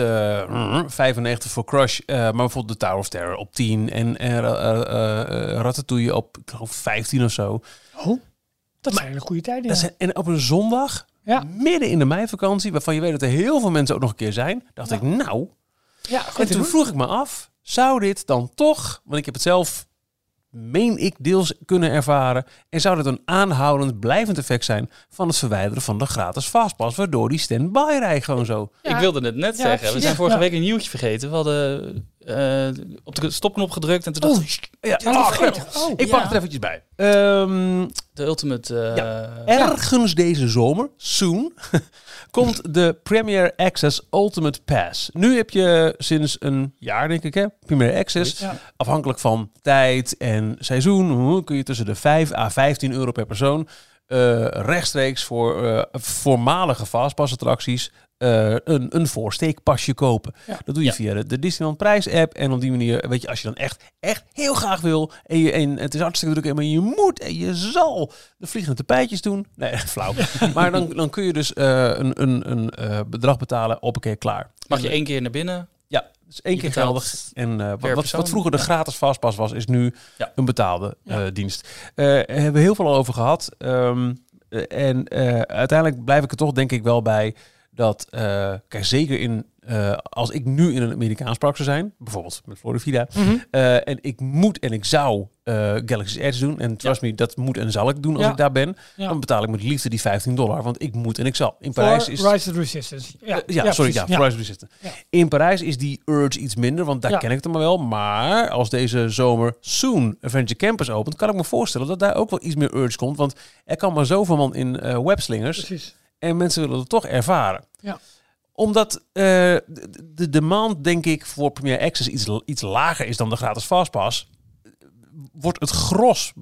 95 voor Crush. Maar bijvoorbeeld de Tower of Terror op 10. En Ratatouille op, ik geloof, 15 of zo. Oh, dat zijn hele goede tijden. Dat zijn, en op een zondag, midden in de meivakantie, waarvan je weet dat er heel veel mensen ook nog een keer zijn, dacht ik, nou... Ja, en toen vroeg ik me af, zou dit dan toch... Want ik heb het zelf, meen ik, deels kunnen ervaren. En zou dit een aanhoudend, blijvend effect zijn van het verwijderen van de gratis Fastpass, waardoor die stand-by-rij gewoon zo... Ja. Ik wilde het net zeggen. We zijn vorige week een nieuwtje vergeten. We hadden op de stopknop gedrukt en toen dacht ik... Ik pak het er eventjes bij. De Ultimate... Ergens deze zomer, soon, komt de Premier Access Ultimate Pass. Nu heb je sinds een jaar, denk ik, Premier Access. Ja. Afhankelijk van tijd en seizoen kun je tussen de 5 à 15 euro per persoon rechtstreeks voor voormalige Fastpass-attracties een voorsteekpasje kopen. Ja. Dat doe je via de Disneyland Prijs-app. En op die manier, weet je, als je dan echt heel graag wil en het is hartstikke druk, maar je moet en je zal de vliegende tapijtjes doen. Nee, flauw. Maar dan kun je dus een bedrag betalen, op een keer klaar. Mag je 1 keer naar binnen? Ja, dus 1 keer geldig. En wat vroeger de gratis Fastpass was, is nu een betaalde dienst. Hebben we heel veel over gehad. Uiteindelijk blijf ik er toch, denk ik, wel bij dat, kijk, zeker als ik nu in een Amerikaans park zou zijn, bijvoorbeeld met Florida, en ik moet en ik zou Galaxy's Edge doen, en trust me, dat moet en zal ik doen als ik daar ben, dan betaal ik met liefde die $15, want ik moet en ik zal. In Parijs is Rise of Resistance. voor Rise of Resistance. Ja. In Parijs is die urge iets minder, want daar ken ik het maar wel. Maar als deze zomer soon Adventure Campus opent, kan ik me voorstellen dat daar ook wel iets meer urge komt, want er kan maar zoveel man in webslingers. Precies. En mensen willen het toch ervaren. Ja. Omdat de demand, denk ik, voor Premier Access iets lager is dan de gratis Fastpass, wordt het gros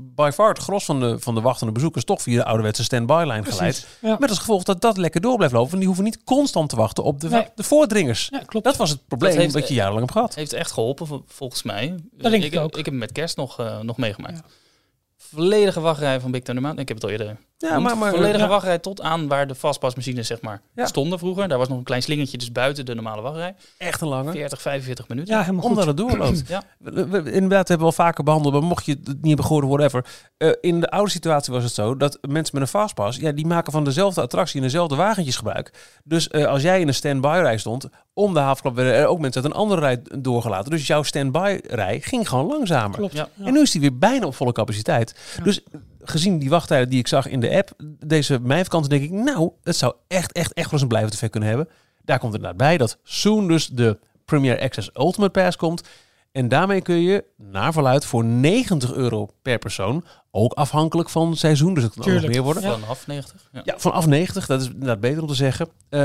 van de wachtende bezoekers toch via de ouderwetse stand-by-lijn geleid. Ja. Met als gevolg dat lekker door blijft lopen. Want die hoeven niet constant te wachten op de voordringers. Ja, klopt. Dat was het probleem dat je jarenlang hebt gehad. Heeft echt geholpen, volgens mij. Dat denk ik ook. Ik heb hem met kerst nog meegemaakt. Ja. Volledige wachtrij van Big Thunder Mountain. Ik heb het al eerder. Volledige wachtrij tot aan waar de Fastpass-machines stonden vroeger. Daar was nog een klein slingertje dus buiten de normale wachtrij. Echt een lange. 45 minuten. Ja, helemaal omdat het doorloopt. Inderdaad, hebben we al vaker behandeld. Maar mocht je het niet hebben gehoord, whatever. In de oude situatie was het zo dat mensen met een Fastpass, die maken van dezelfde attractie en dezelfde wagentjes gebruik. Dus als jij in een stand-by-rij stond, om de havenklap werden er ook mensen uit een andere rij doorgelaten. Dus jouw stand-by-rij ging gewoon langzamer. Klopt, ja. En nu is die weer bijna op volle capaciteit. Ja. Dus gezien die wachttijden die ik zag in de app, deze meivakantie, denk ik, nou, het zou echt wel eens een blijvend effect kunnen hebben. Daar komt inderdaad bij dat soon dus de Premier Access Ultimate Pass komt. En daarmee kun je, naar verluidt, voor €90 per persoon, ook afhankelijk van het seizoen, dus het kan ook nog meer worden. Vanaf 90? Ja, vanaf 90, dat is inderdaad beter om te zeggen.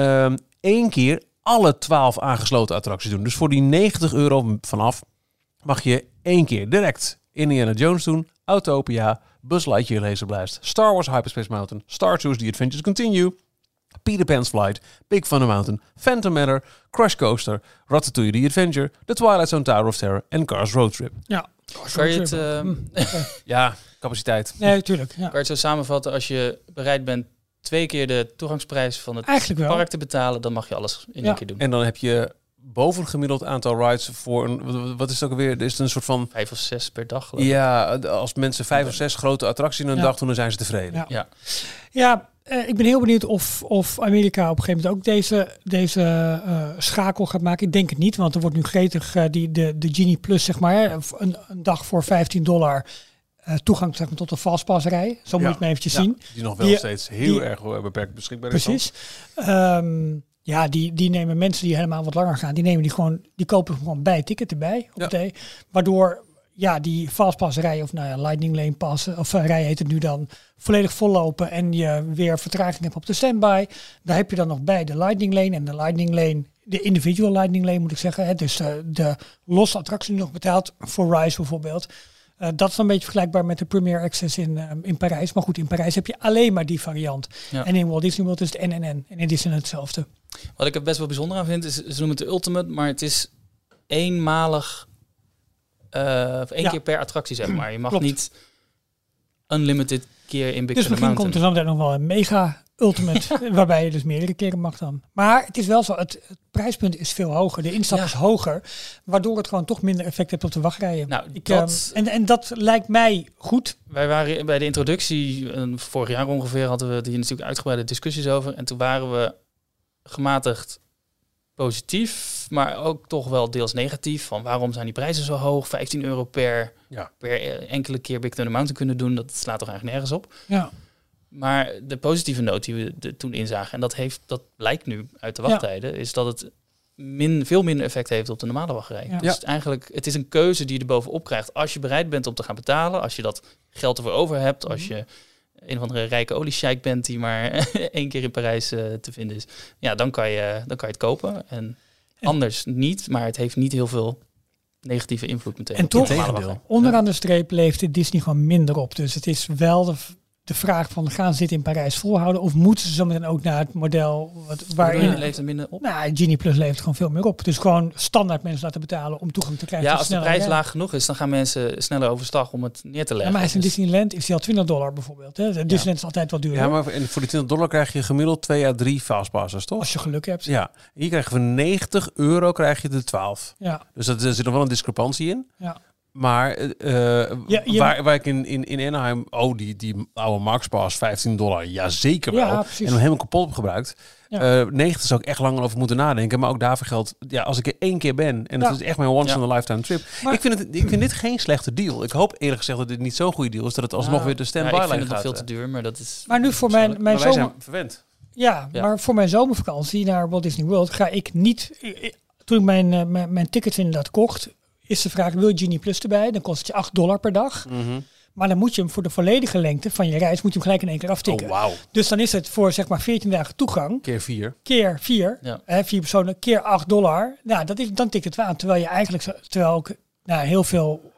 1 keer alle 12 aangesloten attracties doen. Dus voor die €90 vanaf mag je 1 keer direct Indiana Jones doen, Autopia, Buzz Lightyear Laser Blast, Star Wars Hyperspace Mountain, Star Tours The Adventures Continue, Peter Pan's Flight, Big Thunder Mountain, Phantom Manor, Crush Coaster, Ratatouille The Adventure, The Twilight Zone Tower of Terror en Cars Road Trip. Ja. Kan je het... Ja, capaciteit. Nee, tuurlijk. Ja. Kan je het zo samenvatten, als je bereid bent 2 keer de toegangsprijs van het park te betalen, dan mag je alles in 1 keer doen. En dan heb je boven gemiddeld aantal rides voor een, wat is het ook weer? Is het een soort van 5 of 6 per dag, geloof ik. Ja, als mensen 5 of 6 grote attracties in een dag doen, dan zijn ze tevreden. Ja, ik ben heel benieuwd of Amerika op een gegeven moment ook deze schakel gaat maken. Ik denk het niet, want er wordt nu gretig de Genie Plus, zeg maar, een dag voor $15 toegang, zeg maar, tot de Fastpass-rij. Zo moet je het maar eventjes zien. Die nog wel steeds heel erg beperkt beschikbaar is. Precies. Die nemen mensen die helemaal wat langer gaan, die kopen gewoon bij ticket erbij. Waardoor die Fastpass rij of Lightning Lane Pass of rij heet het nu dan, volledig vollopen en je weer vertraging hebt op de standby. Daar heb je dan nog bij de Lightning Lane en de Lightning Lane, de individual Lightning Lane moet ik zeggen. Hè, dus de losse attractie die nog betaald voor Rise bijvoorbeeld. Dat is een beetje vergelijkbaar met de Premier Access in Parijs. Maar goed, in Parijs heb je alleen maar die variant. Ja. En in Walt Disney World is het NNN. En in Disney hetzelfde. Wat ik er best wel bijzonder aan vind, is, ze noemen het de Ultimate, maar het is eenmalig, of 1 keer per attractie, zeg maar. Je mag niet unlimited keer in Big Thunder Mountain. Dus misschien komt er zo meteen nog wel een mega Ultimate, waarbij je dus meerdere keren mag dan. Maar het is wel zo, het prijspunt is veel hoger. De instap is hoger, waardoor het gewoon toch minder effect heeft op de wachtrijen. Nou, en dat lijkt mij goed. Wij waren bij de introductie, vorig jaar ongeveer, hadden we hier natuurlijk uitgebreide discussies over. En toen waren we gematigd positief, maar ook toch wel deels negatief. Van waarom zijn die prijzen zo hoog? €15 per enkele keer Big Thunder Mountain kunnen doen. Dat slaat toch eigenlijk nergens op. Ja. Maar de positieve noot die we toen inzagen, en dat blijkt nu uit de wachttijden, is dat het veel minder effect heeft op de normale wachtrij. Ja. Dus eigenlijk, het is een keuze die je er bovenop krijgt als je bereid bent om te gaan betalen, als je dat geld ervoor over hebt, als je een of andere rijke oliesjeik bent die maar 1 keer in Parijs te vinden is. Ja, dan kan je het kopen. En anders niet, maar het heeft niet heel veel negatieve invloed meteen. En toch, onderaan de streep leeft Disney gewoon minder op. Dus het is wel de vraag van, gaan ze dit in Parijs volhouden? Of moeten ze zo meteen ook naar het model waarin... Leeft het minder op? Nou, Genie Plus leeft gewoon veel meer op. Dus gewoon standaard mensen laten betalen om toegang te krijgen. Ja, als de prijs laag genoeg is, dan gaan mensen sneller overstag om het neer te leggen. Ja, maar hij is in Disneyland, is hij al $20 bijvoorbeeld. Hè? Disneyland is altijd wat duurder. Ja, maar voor die $20 krijg je gemiddeld 2 à 3 fastpasses, toch? Als je geluk hebt. Ja, hier krijg je voor €90 krijg je de 12. Ja. Dus er zit nog wel een discrepantie in. Ja. Maar waar ik in Anaheim, die oude Max Pass, $15, ja zeker wel. Ja, en hem helemaal kapot heb gebruikt. Ja. 90 zou ik echt langer over moeten nadenken. Maar ook daarvoor geldt, als ik er 1 keer ben, en het is echt mijn once in a lifetime trip. Maar ik vind dit geen slechte deal. Ik hoop eerlijk gezegd dat dit niet zo'n goede deal is, dat het alsnog weer de standby lijkt. Ik vind het nog veel te duur, maar dat is... Maar nu voor mijn wij zomer... zijn verwend. Ja, maar voor mijn zomervakantie naar Walt Disney World ga ik niet... Toen ik mijn tickets inderdaad kocht, is de vraag, wil je Genie Plus erbij? Dan kost het je $8 per dag. Mm-hmm. Maar dan moet je hem voor de volledige lengte van je reis, moet je hem gelijk in 1 keer aftikken. Oh, wow. Dus dan is het voor zeg maar 14 dagen toegang. Keer 4. Keer 4. Ja. 4 personen, keer $8. Nou, dan tikt het wel aan. Terwijl je eigenlijk, ook heel veel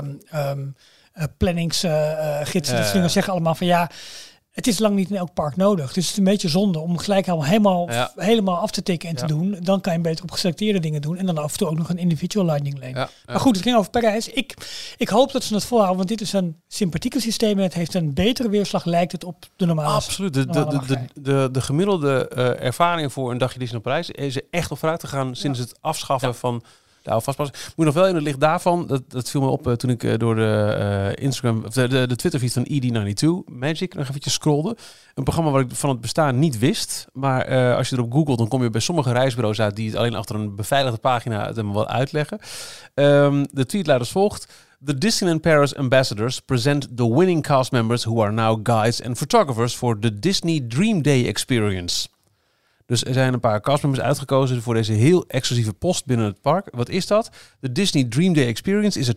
planningsgidsen, dat dingen zeggen allemaal van ja, het is lang niet in elk park nodig. Dus het is een beetje zonde om gelijk helemaal af te tikken en te doen. Dan kan je beter op geselecteerde dingen doen. En dan af en toe ook nog een individual lightning lane. Ja. Maar goed, het ging over Parijs. Ik hoop dat ze het volhouden, want dit is een sympathieke systeem. En het heeft een betere weerslag, lijkt het, op de normale. Absoluut. De gemiddelde ervaring voor een dagje Disney op Parijs is er echt op vooruit gegaan sinds het afschaffen van... Nou, vastpas. Moet nog wel in het licht daarvan. Dat viel me op toen ik door de Instagram, of de Twitterfeed van ED92 Magic nog eventjes scrollde. Een programma waar ik van het bestaan niet wist. Maar als je erop googelt, dan kom je bij sommige reisbureaus uit die het alleen achter een beveiligde pagina het helemaal wel uitleggen. De tweet luidt als volgt. The Disneyland Paris ambassadors present the winning cast members who are now guides and photographers for the Disney Dream Day experience. Dus er zijn een paar castmembers uitgekozen voor deze heel exclusieve post binnen het park. Wat is dat? De Disney Dream Day Experience is a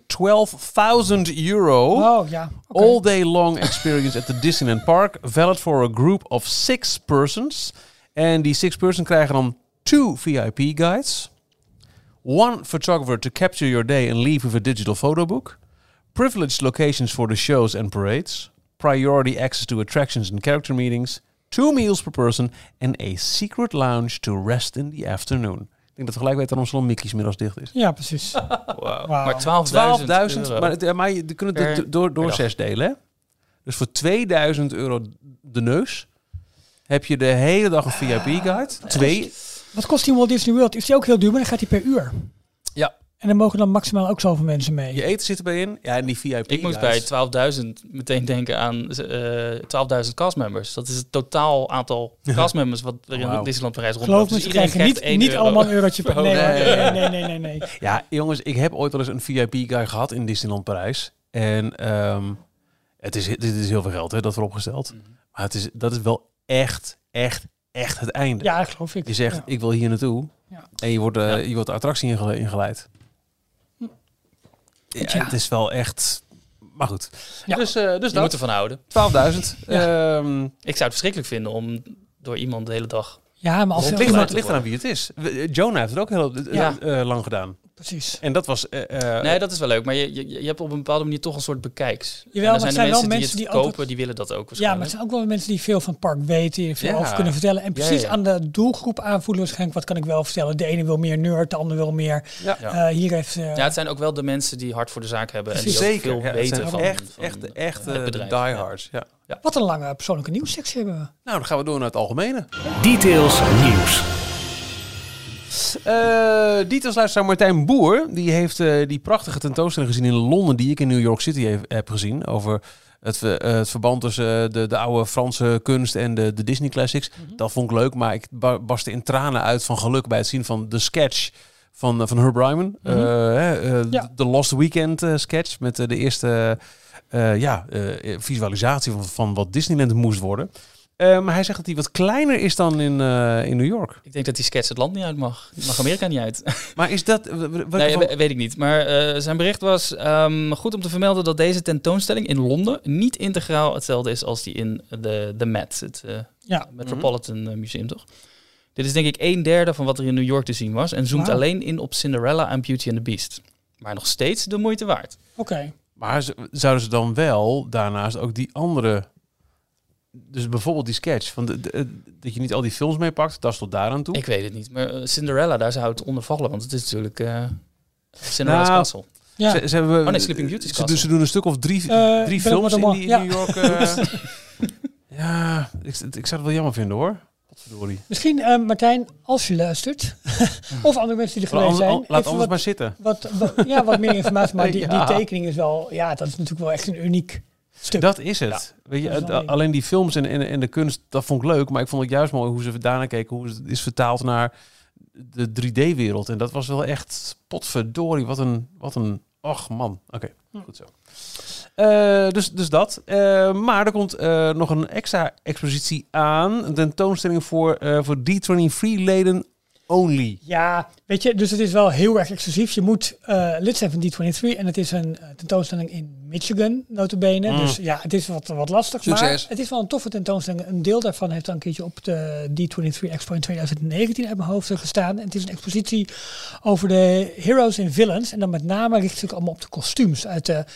€12,000 all day long experience at the Disneyland Park. Valid for a group of 6 persons. En die 6 persons krijgen dan 2 VIP guides. 1 photographer to capture your day and leave with a digital photo book. Privileged locations for the shows and parades. Priority access to attractions and character meetings. 2 meals per person and a secret lounge to rest in the afternoon. Ik denk dat we gelijk weten waarom Salon Mickey's middags dicht is. Ja, precies. Wow. Maar €12.000. Maar je kunt het door 6 delen. Hè? Dus voor €2.000 de neus heb je de hele dag een VIP-guide. Wat kost die Walt Disney World? Is die ook heel duur, maar dan gaat die per uur. Ja. En dan mogen dan maximaal ook zoveel mensen mee. Je eten zit erbij in. Ja, en die VIP. Ik moest bij 12.000 meteen denken aan 12.000 castmembers. Dat is het totaal aantal castmembers wat er in Disneyland Parijs rond. Geloof me, dus ze krijgen niet allemaal een eurotje per... Nee. Ja, jongens, ik heb ooit wel eens een VIP-guy gehad in Disneyland Parijs. En dit is heel veel geld, hè, dat vooropgesteld. Maar dat is wel echt het einde. Ja, geloof ik. Je zegt, ik wil hier naartoe. Ja. En je wordt de attractie ingeleid. Ja, het is wel echt... Maar goed. Ja. Dus je moet ervan houden. 12.000. Ja. Ik zou het verschrikkelijk vinden om door iemand de hele dag... Ja, maar als het ligt eraan wie het is. Jonah heeft het ook heel lang gedaan. precies. En dat was... nee, dat is wel leuk. Maar je hebt op een bepaalde manier toch een soort bekijks. Jawel, en er zijn wel de mensen die het kopen, altijd... die willen dat ook Ja, maar waarschijnlijk. het zijn ook wel mensen die veel van het park weten, die er veel over kunnen vertellen. En precies aan de doelgroep aanvoelen waarschijnlijk, wat kan ik wel vertellen. De ene wil meer nerd, de ander wil meer... Ja. Hier heeft... ja, het zijn ook wel de mensen die hard voor de zaak hebben. Precies. En die ook Zeker. veel Ja, weten van echt het bedrijf. diehards. Ja. Wat een lange persoonlijke nieuwssectie hebben we. Nou, dan gaan we door naar het algemene. Details nieuws. Details luisteraar Martijn Boer, die heeft die prachtige tentoonstelling gezien in Londen, die ik in New York City heb gezien, over het verband tussen de oude Franse kunst en de Disney Classics. Dat vond ik leuk, maar ik barstte in tranen uit van geluk bij het zien van de sketch van Herb Ryman. De Lost Weekend sketch met de eerste visualisatie van wat Disneyland moest worden. Maar hij zegt dat hij wat kleiner is dan in New York. Ik denk dat die sketch het land niet uit mag. Mag Amerika niet uit. Maar is dat... Nee, weet ik niet. Maar zijn bericht was goed om te vermelden dat deze tentoonstelling in Londen niet integraal hetzelfde is als die in de Met, het Metropolitan Museum, toch? Dit is denk ik 1/3 van wat er in New York te zien was en zoomt alleen in op Cinderella en Beauty and the Beast. Maar nog steeds de moeite waard. Oké. Maar zouden ze dan wel daarnaast ook die andere... Dus bijvoorbeeld die sketch, van dat je niet al die films meepakt, dat is tot daaraan toe? Ik weet het niet, maar Cinderella, daar zou het onder vallen, want het is natuurlijk Cinderella's Castle. Ja. Ze hebben, Sleeping Beauty's Castle. Ze doen een stuk of drie films in New York. Ja, ik zou het wel jammer vinden hoor. Potverdorie. Misschien, Martijn, als je luistert, of andere mensen die er geweest zijn. Laat anders maar zitten. Wat meer informatie, maar die tekening is wel, dat is natuurlijk wel echt een uniek stuk. Dat is het. Ja. Weet je, alleen die films en de kunst, dat vond ik leuk. Maar ik vond het juist mooi hoe ze daarna keken, hoe het is vertaald naar de 3D-wereld. En dat was wel echt potverdorie. Wat een och man. Oké, goed zo. Dus dat. Maar er komt nog een extra expositie aan. Een tentoonstelling voor D23-leden only. Ja, weet je, dus het is wel heel erg exclusief. Je moet lid zijn van D23 en het is een tentoonstelling in Michigan, nota bene. Dus ja, het is wat lastig. Succes. Maar het is wel een toffe tentoonstelling. Een deel daarvan heeft dan een keertje op de D23 Expo in 2019 uit mijn hoofd gestaan. En het is een expositie over de heroes en villains. En dan met name richt zich allemaal op de kostuums uit de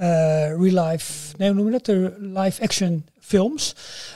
de live action films.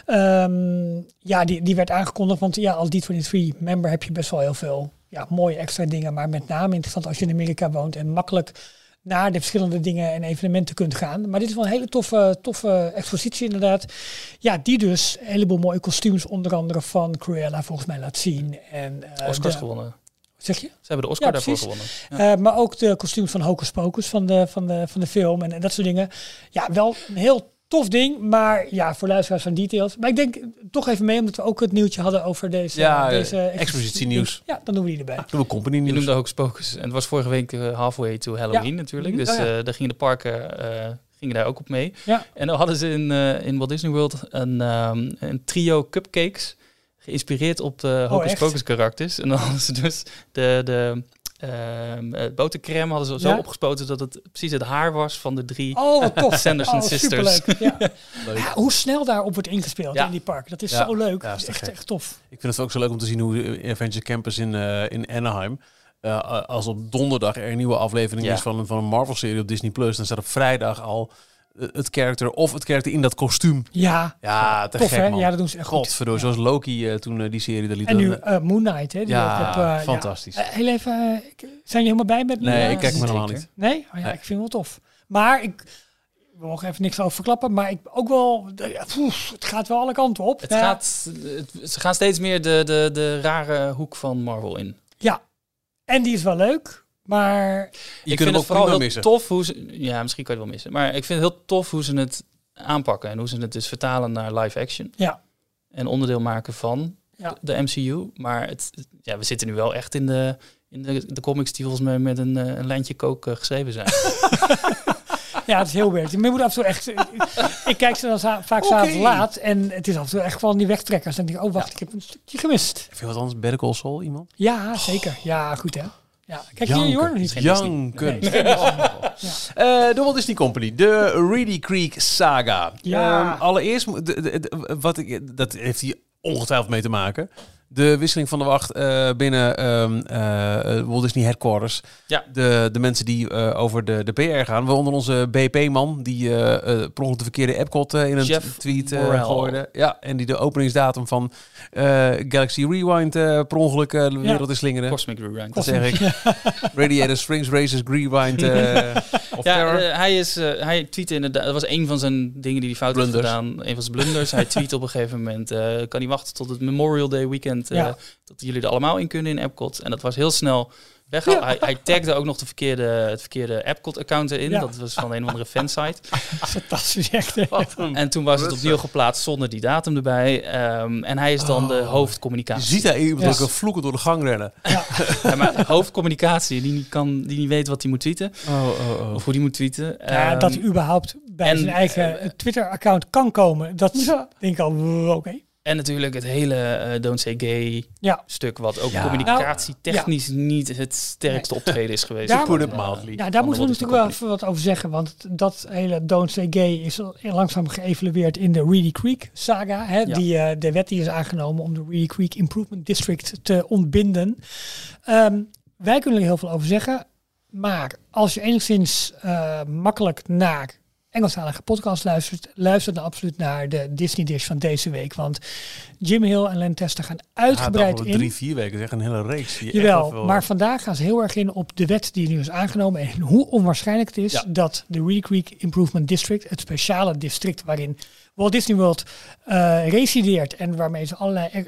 Die werd aangekondigd, want als D23 member heb je best wel heel veel mooie extra dingen, maar met name interessant als je in Amerika woont en makkelijk naar de verschillende dingen en evenementen kunt gaan. Maar dit is wel een hele toffe expositie inderdaad. Ja, die dus een heleboel mooie kostuums, onder andere van Cruella volgens mij laat zien. En Oscars gewonnen. Zeg je? Ze hebben de Oscar daarvoor gewonnen. Ja. Maar ook de kostuums van Hocus Pocus van de film en dat soort dingen. Ja, wel een heel tof ding, maar voor luisteraars van Details. Maar ik denk toch even mee, omdat we ook het nieuwtje hadden over deze expositie nieuws. Ja, dan doen we die erbij. Doen we company nieuws. Je noemde Hocus Pocus. En het was vorige week halfway to Halloween natuurlijk. Dus daar gingen de parken gingen daar ook op mee. Ja. En dan hadden ze in Walt Disney World een trio cupcakes geïnspireerd op de Hocus Pocus karakters. En dan hadden ze dus de botercrème hadden ze zo opgespoten dat het precies het haar was van de 3 Sanderson sisters. Ja. Hoe snel daarop wordt ingespeeld in die park. Dat is zo leuk. Ja, dat is echt tof. Ik vind het ook zo leuk om te zien hoe Adventure Campus in Anaheim, als op donderdag er een nieuwe aflevering is van een Marvel-serie op Disney+, dan staat op vrijdag al het karakter in dat kostuum. Ja, te tof, gek, hè? man. Ja, dat doen ze echt goed. Zoals Loki toen die serie de liet. En nu Moon Knight, hè? Die fantastisch. Heel even, zijn jullie helemaal bij met? Nee, ik kijk me helemaal niet. Nee? Ik vind het wel tof. Maar we mogen even niks over verklappen, maar ik ook wel, het gaat wel alle kanten op. Ze gaan steeds meer de rare hoek van Marvel in. Ja, en die is wel leuk. Maar ik vind het vooral heel tof hoe ze... Ja, misschien kan je het wel missen. Maar ik vind het heel tof hoe ze het aanpakken. En hoe ze het dus vertalen naar live action. Ja. En onderdeel maken van de MCU. Maar we zitten nu wel echt in de comics die volgens mij met een lijntje kook geschreven zijn. Ja, het is heel weird. Je moet af en toe echt... ik kijk ze dan vaak s'avonds laat. En het is af en toe echt gewoon die wegtrekkers. Dan denk ik, wacht, ik heb een stukje gemist. Heb je wat anders? Better Call Saul, iemand? Ja, zeker. Ja, goed hè. Ja, kijk hier, Jorn. Janken. De Walt Disney Company, de Reedy Creek Saga. Ja. Allereerst, dat heeft hier ongetwijfeld mee te maken. De wisseling van de wacht binnen Walt Disney Headquarters. Ja. De mensen die over de PR gaan. Waaronder onze BP-man die per ongeluk de verkeerde Epcot in een tweet gooide. Ja, en die de openingsdatum van Galaxy Rewind per ongeluk de wereld is slingeren. Cosmic Rewind. Dat zeg ik. Radiator Springs Races Rewind of Terror. Hij tweette inderdaad, dat was een van zijn dingen die hij fout had gedaan. Een van zijn blunders. Hij tweette op een gegeven moment, kan hij wachten tot het Memorial Day weekend, dat jullie er allemaal in kunnen in Epcot. En dat was heel snel weggehaald. Ja. Hij tagde ook nog het verkeerde Epcot-account erin. Ja. Dat was van een of andere fansite. Fantastisch, echt. En toen was het opnieuw geplaatst zonder die datum erbij. En hij is dan de hoofdcommunicatie. Je ziet daar iemand ook vloeken door de gang rennen. Ja. Maar hoofdcommunicatie, die niet weet wat hij moet tweeten. Of hoe die moet tweeten. Ja, dat hij überhaupt bij zijn eigen Twitter-account kan komen. Dat denk ik al, oké. En natuurlijk het hele Don't Say Gay stuk, wat ook communicatietechnisch niet het sterkste optreden is geweest. Daar moeten we natuurlijk wel even wat over zeggen, want dat hele Don't Say Gay is langzaam geëvalueerd in de Reedy Creek saga. Hè, de wet die is aangenomen om de Reedy Creek Improvement District te ontbinden. Wij kunnen er heel veel over zeggen, maar als je enigszins makkelijk naar Engelstalige podcast luistert dan absoluut naar de Disney Dish van deze week. Want Jim Hill en Len Testa gaan uitgebreid in. 3-4 weken, zeg een hele reeks. Jawel, maar vandaag gaan ze heel erg in op de wet die nu is aangenomen. En hoe onwaarschijnlijk het is dat de Reedy Creek Improvement District, het speciale district waarin Walt Disney World resideert en waarmee ze allerlei,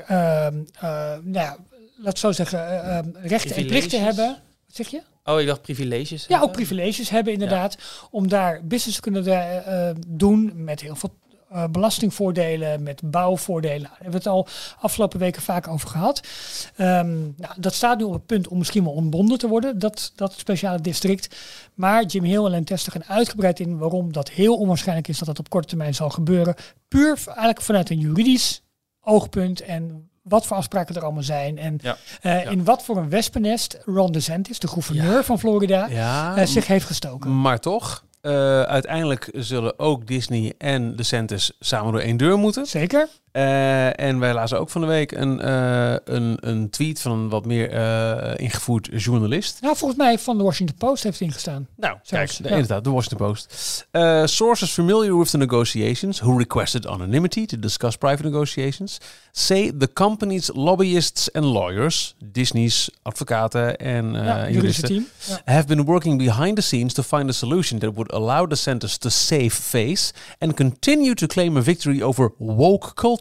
laat zo zeggen, rechten en plichten hebben. Wat zeg je? Oh, ik dacht privileges. Ja, ook privileges hebben inderdaad. Om daar business te kunnen doen met heel veel belastingvoordelen, met bouwvoordelen. Daar hebben we het al afgelopen weken vaak over gehad. Dat staat nu op het punt om misschien wel ontbonden te worden, dat speciale district. Maar Jim Hill en Len Testa gaan uitgebreid in waarom dat heel onwaarschijnlijk is dat dat op korte termijn zal gebeuren. Puur eigenlijk vanuit een juridisch oogpunt en wat voor afspraken er allemaal zijn. En in wat voor een wespennest Ron DeSantis, de gouverneur van Florida, zich heeft gestoken. Maar toch, uiteindelijk zullen ook Disney en DeSantis samen door één deur moeten. Zeker. En wij lazen ook van de week een tweet van een wat meer ingevoerd journalist. Nou, volgens mij van de Washington Post heeft het ingestaan. Nou, kijk, inderdaad, de Washington Post. Sources familiar with the negotiations, who requested anonymity to discuss private negotiations, say the company's lobbyists and lawyers, Disney's advocaten en juristen, have been working behind the scenes to find a solution that would allow DeSantis to save face and continue to claim a victory over woke culture,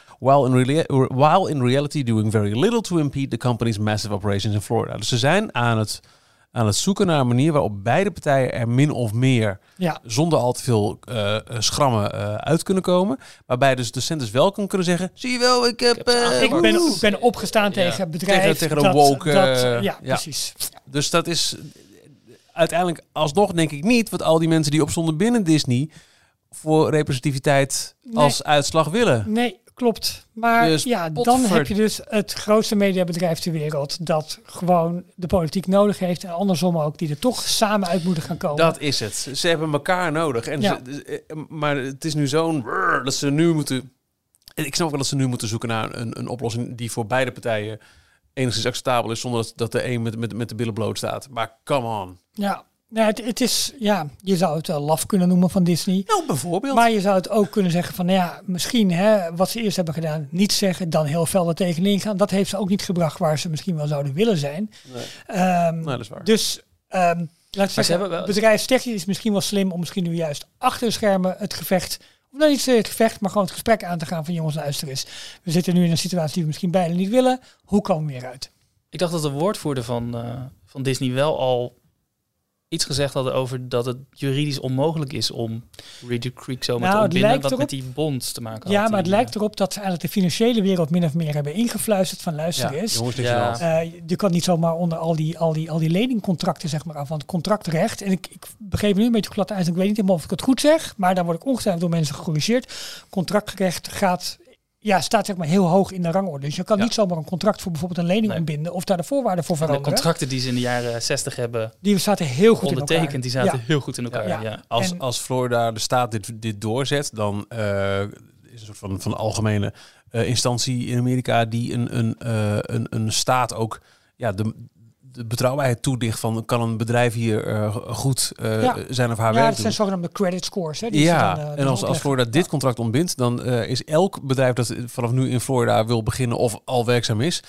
while in reality doing very little to impede the company's massive operations in Florida. Dus ze zijn aan het zoeken naar een manier waarop beide partijen er min of meer zonder al te veel schrammen uit kunnen komen. Waarbij dus DeSantis wel kunnen zeggen, zie je wel, ik ben opgestaan tegen bedrijf. Tegen de woke. Precies. Dus dat is uiteindelijk alsnog denk ik niet wat al die mensen die opstonden binnen Disney voor representativiteit als uitslag willen. Nee, klopt. Maar dus dan heb je dus het grootste mediabedrijf ter wereld dat gewoon de politiek nodig heeft en andersom ook, die er toch samen uit moeten gaan komen. Dat is het. Ze hebben elkaar nodig. En maar het is nu zo'n dat ze nu moeten. Ik snap wel dat ze nu moeten zoeken naar een oplossing die voor beide partijen enigszins acceptabel is, zonder dat de een met de billen bloot staat. Maar come on. Ja. Nou, het is, je zou het wel laf kunnen noemen van Disney. Nou, bijvoorbeeld. Maar je zou het ook kunnen zeggen van, misschien wat ze eerst hebben gedaan, niet zeggen, dan heel fel er tegenin gaan. Dat heeft ze ook niet gebracht waar ze misschien wel zouden willen zijn. Nee, dat is waar. Dus, laten we zeggen, bedrijfstechnisch is misschien wel slim om misschien nu juist achter de schermen het gevecht, of nou niet het gevecht, maar gewoon het gesprek aan te gaan van jongens, luister eens. We zitten nu in een situatie die we misschien beide niet willen. Hoe komen we weer uit? Ik dacht dat de woordvoerder van Disney wel al iets gezegd hadden over dat het juridisch onmogelijk is om Reedy Creek zomaar te ontbinden, wat met die bonds te maken had. Ja, maar het lijkt erop dat ze eigenlijk de financiële wereld min of meer hebben ingefluisterd van luister eens. Je kan niet zomaar onder al die leningcontracten zeg maar af, want contractrecht, en ik begreep nu een beetje glad uit, ik weet niet helemaal of ik het goed zeg, maar daar word ik ongetwijfeld door mensen gecorrigeerd. Contractrecht staat zeg maar heel hoog in de rangorde. Dus je kan niet zomaar een contract voor bijvoorbeeld een lening ontbinden of daar de voorwaarden voor veranderen. De contracten die ze in de jaren 60 hebben die zaten heel goed ondertekend, die zaten heel goed in elkaar. Als Florida de staat dit doorzet, dan is een soort van algemene instantie in Amerika die een staat ook de betrouwbaarheid toedicht van kan een bedrijf hier goed zijn of haar werk dat doen. zijn zogenaamde credit scores. Hè, En als Florida dit contract ontbindt, dan is elk bedrijf dat vanaf nu in Florida wil beginnen of al werkzaam is,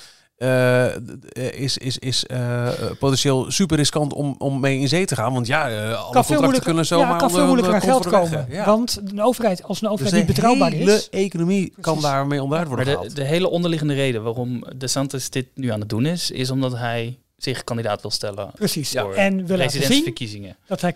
potentieel super riskant om mee in zee te gaan. Want alle contracten kunnen zomaar kan veel moeilijker aan geld komen. Ja. Want als een overheid dus niet betrouwbaar is... de hele economie kan daarmee onderuit worden gehaald. De hele onderliggende reden waarom DeSantis dit nu aan het doen is omdat hij zich kandidaat wil stellen. Precies. Voor en wil presidentsverkiezingen. Dat hij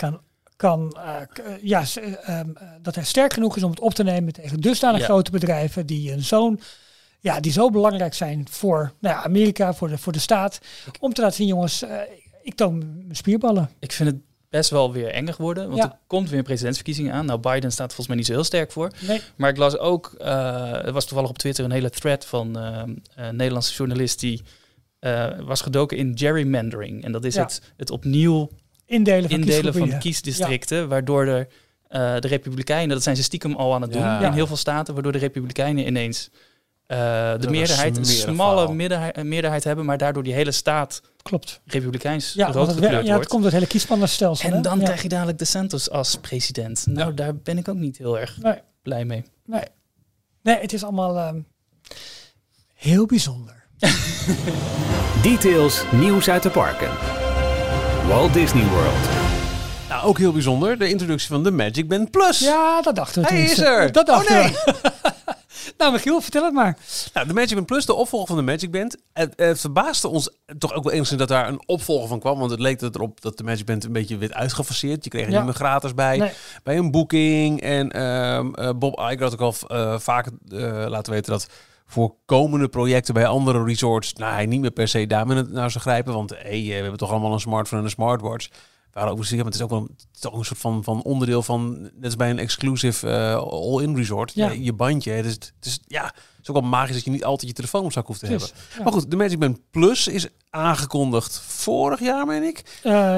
dat hij sterk genoeg is om het op te nemen tegen dusdanig grote bedrijven die die zo belangrijk zijn voor Amerika, voor de staat. Om te laten zien, jongens, ik toon mijn spierballen. Ik vind het best wel weer engig worden. Want er komt weer een presidentsverkiezingen aan. Nou, Biden staat volgens mij niet zo heel sterk voor. Nee. Maar ik las ook, er was toevallig op Twitter een hele thread van een Nederlandse journalist die was gedoken in gerrymandering. En dat is het opnieuw indelen van kiesdistricten, waardoor de Republikeinen, dat zijn ze stiekem al aan het doen in heel veel staten, waardoor de Republikeinen ineens een smalle meerderheid hebben, maar daardoor die hele staat republikeins rood gekleurd wordt. Ja, het komt door het hele kiespannenstelsel. En dan krijg je dadelijk DeSantis als president. Nou, daar ben ik ook niet heel erg blij mee. Nee, het is allemaal heel bijzonder. Details, nieuws uit de parken. Walt Disney World. Nou, ook heel bijzonder, de introductie van de Magic Band Plus. Ja, dat dachten we. Hij is er! Dat dachten we. Nou, Michiel, vertel het maar. Nou, de Magic Band Plus, de opvolger van de Magic Band. Het verbaasde ons toch ook wel enigszins dat daar een opvolger van kwam. Want het leek erop dat de Magic Band een beetje werd uitgefaseerd. Je kreeg er niet meer gratis bij een boeking. En Bob Iger had ook al vaak laten weten dat voor komende projecten bij andere resorts hij niet meer per se daar naar zou grijpen. Want we hebben toch allemaal een smartphone en een smartwatch. Maar het is ook wel een soort van onderdeel van, net als bij een exclusive all-in resort. Ja. Je bandje. Het is ook wel magisch dat je niet altijd je telefoon op zak hoeft te hebben. Ja. Maar goed, de Magic Band Plus is aangekondigd vorig jaar, meen ik.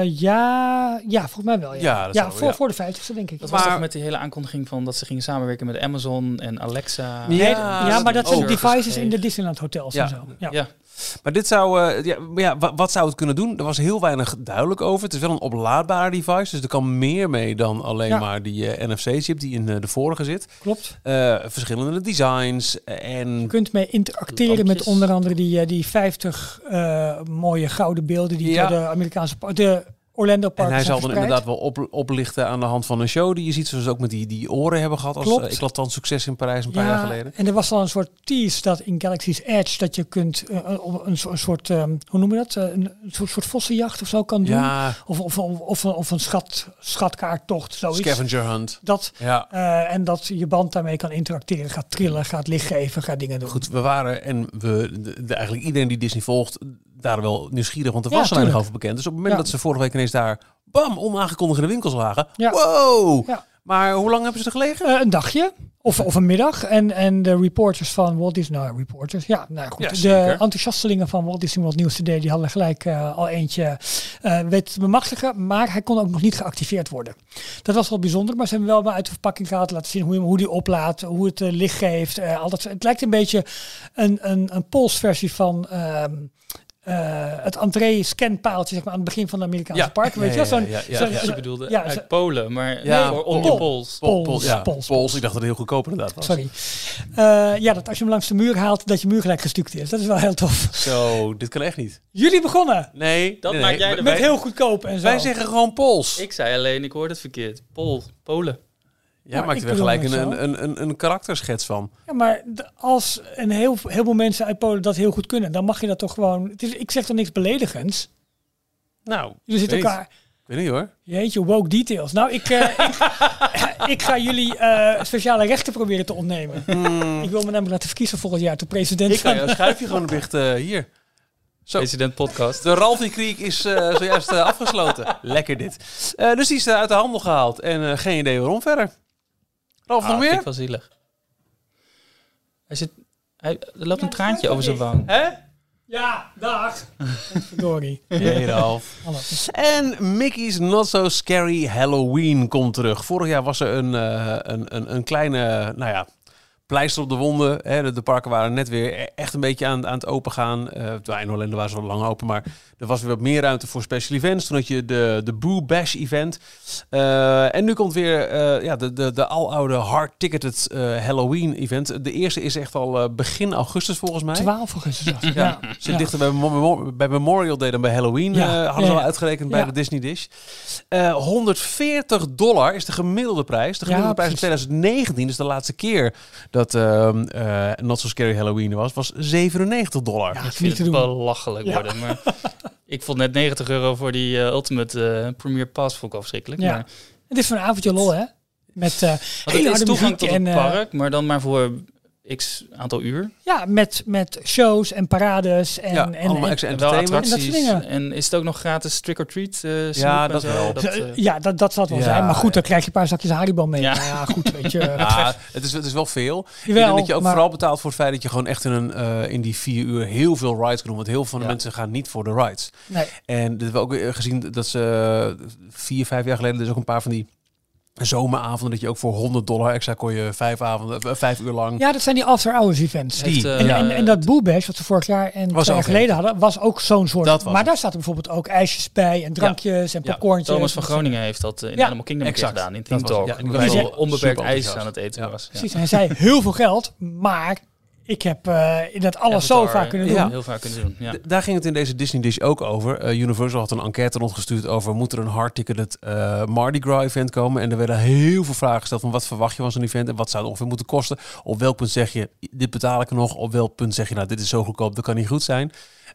Volgens mij wel. Voor de 50ste, denk ik. Dat was toch met die hele aankondiging van dat ze gingen samenwerken met Amazon en Alexa. Maar dat zijn devices in de Disneyland hotels en zo. Ja. Maar dit zou, wat zou het kunnen doen? Er was heel weinig duidelijk over. Het is wel een oplaadbare device, dus er kan meer mee dan alleen maar die NFC-chip die in de vorige zit. Klopt. Verschillende designs. En je kunt mee interacteren met onder andere die 50 mooie gouden beelden die door de Amerikaanse Orlando Park. En hij zal dan inderdaad wel oplichten aan de hand van een show die je ziet, zoals ook met die oren hebben gehad als eclatant succes in Parijs een paar jaar geleden. En er was al een soort tease dat in Galaxy's Edge dat je kunt een soort hoe noem je dat? Een soort vossenjacht of zo kan doen. Ja. Of een schatkaarttocht, zoiets. Scavenger hunt. En dat je band daarmee kan interacteren, gaat trillen, gaat licht geven, gaat dingen doen. Goed, we waren eigenlijk iedereen die Disney volgt daar wel nieuwsgierig, want er was er weinig over bekend. Dus op het moment dat ze vorige week ineens daar onaangekondigde winkels lagen. Ja. Wow! Ja. Maar hoe lang hebben ze er gelegen? Een dagje. Of een middag. En de reporters van Walt Disney... de enthousiastelingen van Walt Disney World News Today... die hadden gelijk al eentje weten te bemachtigen. Maar hij kon ook nog niet geactiveerd worden. Dat was wel bijzonder. Maar ze hebben wel uit de verpakking gehaald. Laten zien hoe die oplaadt. Hoe het licht geeft. Al dat. Het lijkt een beetje een polsversie van... het entree-scanpaaltje zeg maar, aan het begin van de Amerikaanse parken. Weet je? Je bedoelde uit Polen, maar om je pols. Pols. Ik dacht dat het heel goedkoop inderdaad was. Sorry. Dat als je hem langs de muur haalt, dat je muur gelijk gestuukt is. Dat is wel heel tof. Zo, dit kan echt niet. Jullie begonnen. Nee. Dat maak jij erbij. Met heel goedkoop en zo. Wij zeggen gewoon Pols. Ik zei alleen, ik hoorde het verkeerd. Polen. Ja, maakt er weer gelijk een karakterschets van. Ja, maar als heel veel mensen uit Polen dat heel goed kunnen, dan mag je dat toch gewoon... ik zeg toch niks beledigends? Nou, jullie zitten elkaar... Ik weet niet hoor. Jeetje, woke details. Nou, ik ga jullie speciale rechten proberen te ontnemen. Ik wil me namelijk laten verkiezen volgend jaar tot president. Ik ga jou schuif je gewoon dicht hier. Zo. President podcast. De Ralphie Creek is zojuist afgesloten. Lekker dit. Dus die is uit de handel gehaald. En geen idee waarom verder. Ralf, nog meer? Vind ik wel zielig. Er loopt een traantje over zijn wang. Hè? Ja, dag. Verdorie. Hey Ralf. Hallo. En Mickey's Not So Scary Halloween komt terug. Vorig jaar was er een kleine, pleister op de wonden. Hè, de parken waren net weer echt een beetje aan het open gaan. In Orlando waren ze wel lang open, maar er was weer wat meer ruimte voor special events. Toen had je de Boo Bash event. En nu komt weer de aloude hard-ticketed Halloween event. De eerste is echt al begin augustus volgens mij. 12 augustus. Zit dichter bij Memorial Day dan bij Halloween. Hadden ze al uitgerekend bij de Disney Dish. $140 is de gemiddelde prijs. De gemiddelde prijs in 2019, dus de laatste keer dat Not So Scary Halloween was $97. Ja, ik vind het belachelijk worden. Maar ik vond net €90 voor die Ultimate Premier Pass vond ik al verschrikkelijk. Ja. Maar Het is voor een avondje lol, hè? Met hele harde toegang tot het park, maar dan maar voor x aantal uur. Ja, met shows en parades en allemaal extra entertainment. Wel attracties. En dat soort dingen. En is het ook nog gratis trick-or-treat? Dat wel. Dat zal het wel zijn. Maar goed, dan krijg je een paar zakjes Haribo mee. Ja. Nou ja, goed, weet je. Het is wel veel. Jawel, ik denk dat je ook vooral betaalt voor het feit dat je gewoon echt in die 4 uur heel veel rides kan doen. Want heel veel van de mensen gaan niet voor de rides. Nee. En dat hebben we ook gezien dat ze 4-5 jaar geleden dus ook een paar van die zomeravonden dat je ook voor $100 extra kon je 5 uur lang. Ja, dat zijn die after-hours events. En dat Boo Bash, wat we vorig jaar en 2 jaar geleden hadden, was ook zo'n soort. Maar daar staat er bijvoorbeeld ook ijsjes bij en drankjes en popcorntjes. Thomas van Groningen heeft dat in Animal Kingdom gedaan, in Team Talk. Waar hij onbeperkt ijs aan het eten was. Precies, en hij zei heel veel geld, maar ik heb dat alles zo vaak kunnen doen. Ja, heel vaak kunnen doen. Ja. Daar ging het in deze Disney Dish ook over. Universal had een enquête rondgestuurd over moet er een hard-ticketed Mardi Gras event komen. En er werden heel veel vragen gesteld van wat verwacht je van zo'n event en wat zou het ongeveer moeten kosten. Op welk punt zeg je, dit betaal ik er nog. Op welk punt zeg je, nou dit is zo goedkoop, dat kan niet goed zijn.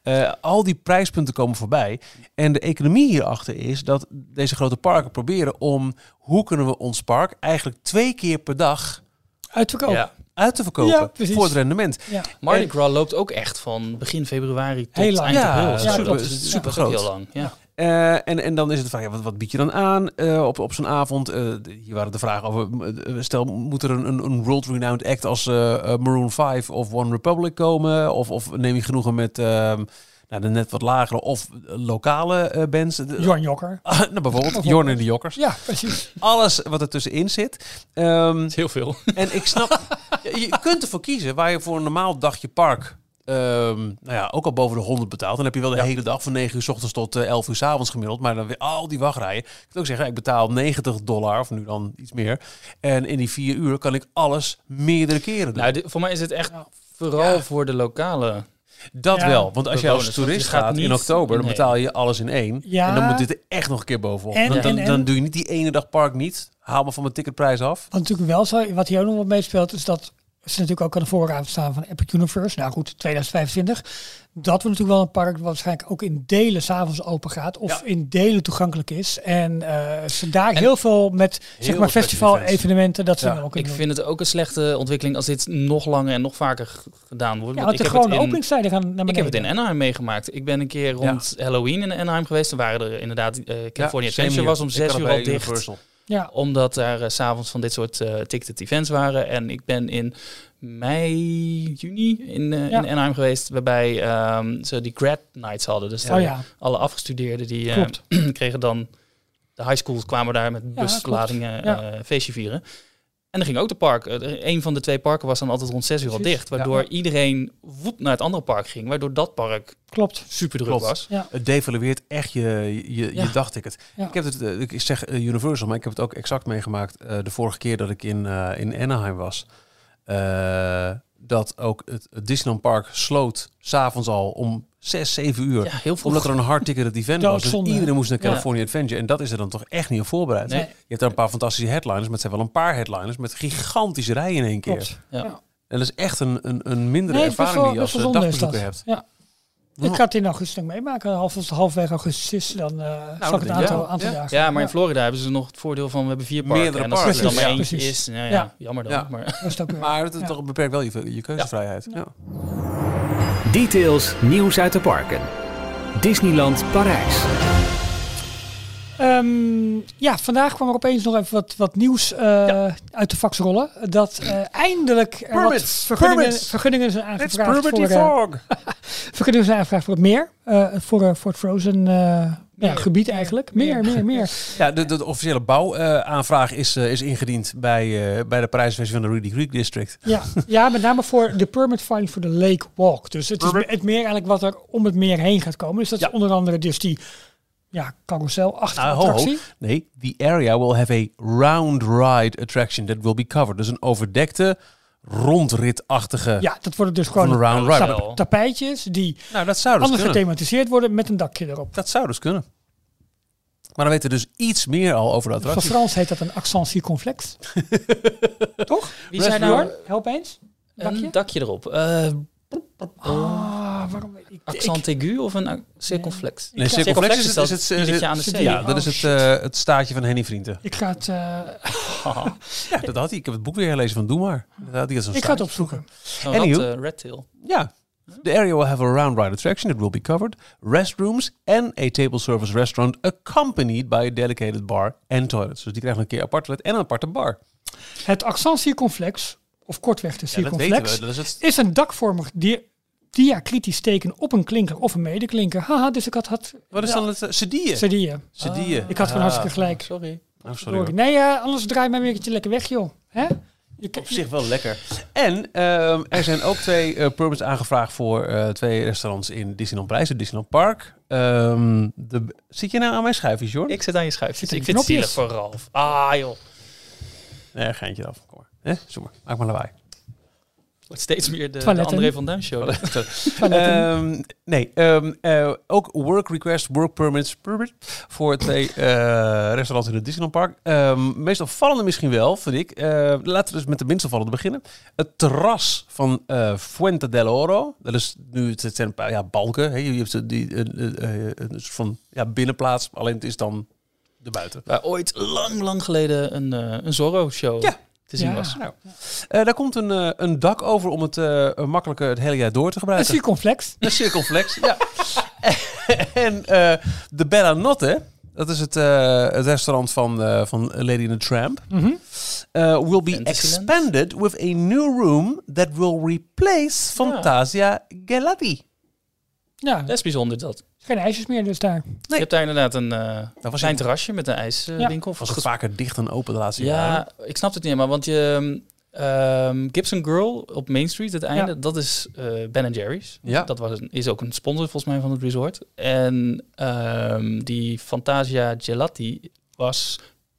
Al die prijspunten komen voorbij. En de economie hierachter is dat deze grote parken proberen om hoe kunnen we ons park eigenlijk 2 keer per dag uitverkopen. Uit te verkopen voor het rendement. Ja. Mardi Gras loopt ook echt van begin februari tot eind april. Super groot. Heel lang. Ja. En dan is het van, wat bied je dan aan op zo'n avond? Hier waren de vragen over, stel, moet er een world-renowned act als Maroon 5 of One Republic komen? Of neem je genoegen met de net wat lagere of lokale bands? Jorn Jokker. Bijvoorbeeld, Jorn en de Jokkers. Ja, precies. Alles wat er tussenin zit. Heel veel. En ik snap, je kunt ervoor kiezen waar je voor een normaal dagje park ook al boven de 100 betaalt. Dan heb je wel de hele dag van 9 uur 's ochtends tot 11 uur 's avonds gemiddeld. Maar dan weer al die wachtrijen. Ik kan ook zeggen, ik betaal $90 of nu dan iets meer. En in die 4 uur kan ik alles meerdere keren doen. Nou, voor mij is het echt vooral voor de lokale. Dat wel, want als je als toerist gaat in oktober, dan betaal je alles in 1. Ja. En dan moet dit er echt nog een keer bovenop. Dan doe je niet die ene dag park niet. Haal maar van mijn ticketprijs af. Wat natuurlijk wel zo, wat hier ook nog wat meespeelt, is dat ze natuurlijk ook aan de voorraad staan van Epic Universe. Nou goed, 2025. Dat we natuurlijk wel een park wat waarschijnlijk ook in delen 's avonds open gaat. Of in delen toegankelijk is. En ze daar heel veel met zeg maar festival-evenementen. Dat ze ook ik vind het ook een slechte ontwikkeling als dit nog langer en nog vaker gedaan wordt. Ja, want ik gewoon openingstijden gaan naar beneden. Ik heb het in Anaheim meegemaakt. Ik ben een keer rond Halloween in Anaheim geweest. Dan waren er inderdaad California Adventure was om 6 uur al dicht. Universal. Ja. Omdat er 's avonds van dit soort ticketed events waren. En ik ben in juni in Anaheim geweest, waarbij ze die grad nights hadden. Dus alle afgestudeerden die kregen dan, de high schools kwamen daar met busladingen feestje vieren. En dan ging ook de park. Een van de 2 parken was dan altijd rond 6 uur al dicht. Waardoor iedereen naar het andere park ging. Waardoor dat park super druk was. Ja. Het devalueert echt je dagticket. Ja. Ik zeg Universal, maar ik heb het ook exact meegemaakt de vorige keer dat ik in Anaheim was. Dat ook het Disneyland Park sloot 's avonds al om 6-7 uur. Ja, heel veel. Omdat er een hard-ticketed event was. Dus iedereen moest naar California Adventure. En dat is er dan toch echt niet op voorbereid. Nee. Je hebt daar een paar fantastische headliners. Maar het zijn wel een paar headliners met gigantische rijen in één keer. Ja. En dat is echt een mindere ervaring die je als dagbezoeker hebt. Ja. Ik ga het in augustus meemaken. Halfwege augustus dan zal ik het aantal dagen. Ja, maar in Florida hebben ze nog het voordeel van we hebben 4 parken. Meerdere parken. En als het dan maar eentje is, jammer dan. Ja. Maar het beperkt wel je keuzevrijheid. Ja. Details, nieuws uit de parken. Disneyland Parijs. Vandaag kwam er opeens nog even wat nieuws uit de fax rollen. Dat eindelijk er wat vergunningen zijn aangevraagd vergunningen zijn aangevraagd voor het meer. Voor het Frozen gebied eigenlijk. Meer. Ja, de officiële bouwaanvraag is ingediend bij de prijsversie van de Reedy Creek District. Ja, met name voor de permit filing voor de Lake Walk. Dus het is het meer eigenlijk wat er om het meer heen gaat komen. Dus dat is onder andere dus die carousel-achtige attractie. Nee, the area will have a round ride attraction that will be covered. Dus een overdekte, rondritachtige... Ja, dat worden dus gewoon round ride. Tapijtjes die dat zou dus anders gethematiseerd worden met een dakje erop. Dat zou dus kunnen. Maar dan weten we dus iets meer al over de attractie. Voor Frans heet dat een accent circonflex. Toch? Wie zei nou? Help eens. Een dakje erop. Waarom weet ik? Accent aigu of een circonflex? Nee, circonflex is het aan de zee. Ja, dat is het staartje van Henny Vrienden. Ik ga het... Ja, dat had hij. Ik heb het boek weer gelezen van Doe Maar. Ik ga het opzoeken. Red Tail. Ja. The area will have a round ride attraction that will be covered, restrooms and a table service restaurant accompanied by a dedicated bar and toilets. Dus die krijgen een keer apart toilet en een aparte bar. Het accent circonflex, of kortweg de circonflex, is een dakvormig diacritisch teken op een klinker of een medeklinker. Haha, dus ik had... Wat is dan het? Sedieën. Ik had gewoon hartstikke gelijk. Sorry. Nee, anders draai mij weer een lekker weg, joh. Hè? Op zich wel lekker. En er zijn ook 2 permits aangevraagd voor 2 restaurants in Disneyland Parijs en Disneyland Park. Zit je nou aan mijn schuifjes, Jorn? Ik zit aan je schuifjes. Ik vind het zielig voor Ralf. Joh. Nee, geintje af. Kom maar. Zoek maar. Maak maar lawaai. Wordt steeds meer de André van Duin show. Ook work request, work permits voor 2 restaurants in het Disneyland Park. Meest opvallende misschien wel, vind ik. Laten we dus met de minst opvallende beginnen. Het terras van Fuente del Oro. Dat is nu, het zijn een paar balken. Hè. Je hebt een soort van binnenplaats, alleen het is dan de buiten. Waar ooit lang geleden een Zorro-show... Ja. Te zien was. Daar komt een dak over om het makkelijker het hele jaar door te gebruiken. Een circonflex, ja. En de Bella Notte, dat is het restaurant van Lady and the Tramp, will be expanded with a new room that will replace Fantasia Gelati. Ja, dat is bijzonder dat. Geen ijsjes meer dus daar. Nee. Je hebt daar inderdaad een klein terrasje met een ijswinkel. Was het vaker dicht dan open de laatste jaren? Ja, ik snap het niet, maar want je Gibson Girl op Main Street, het einde, dat is Ben & Jerry's. Ja. Dat is ook een sponsor volgens mij van het resort. En die Fantasia Gelati was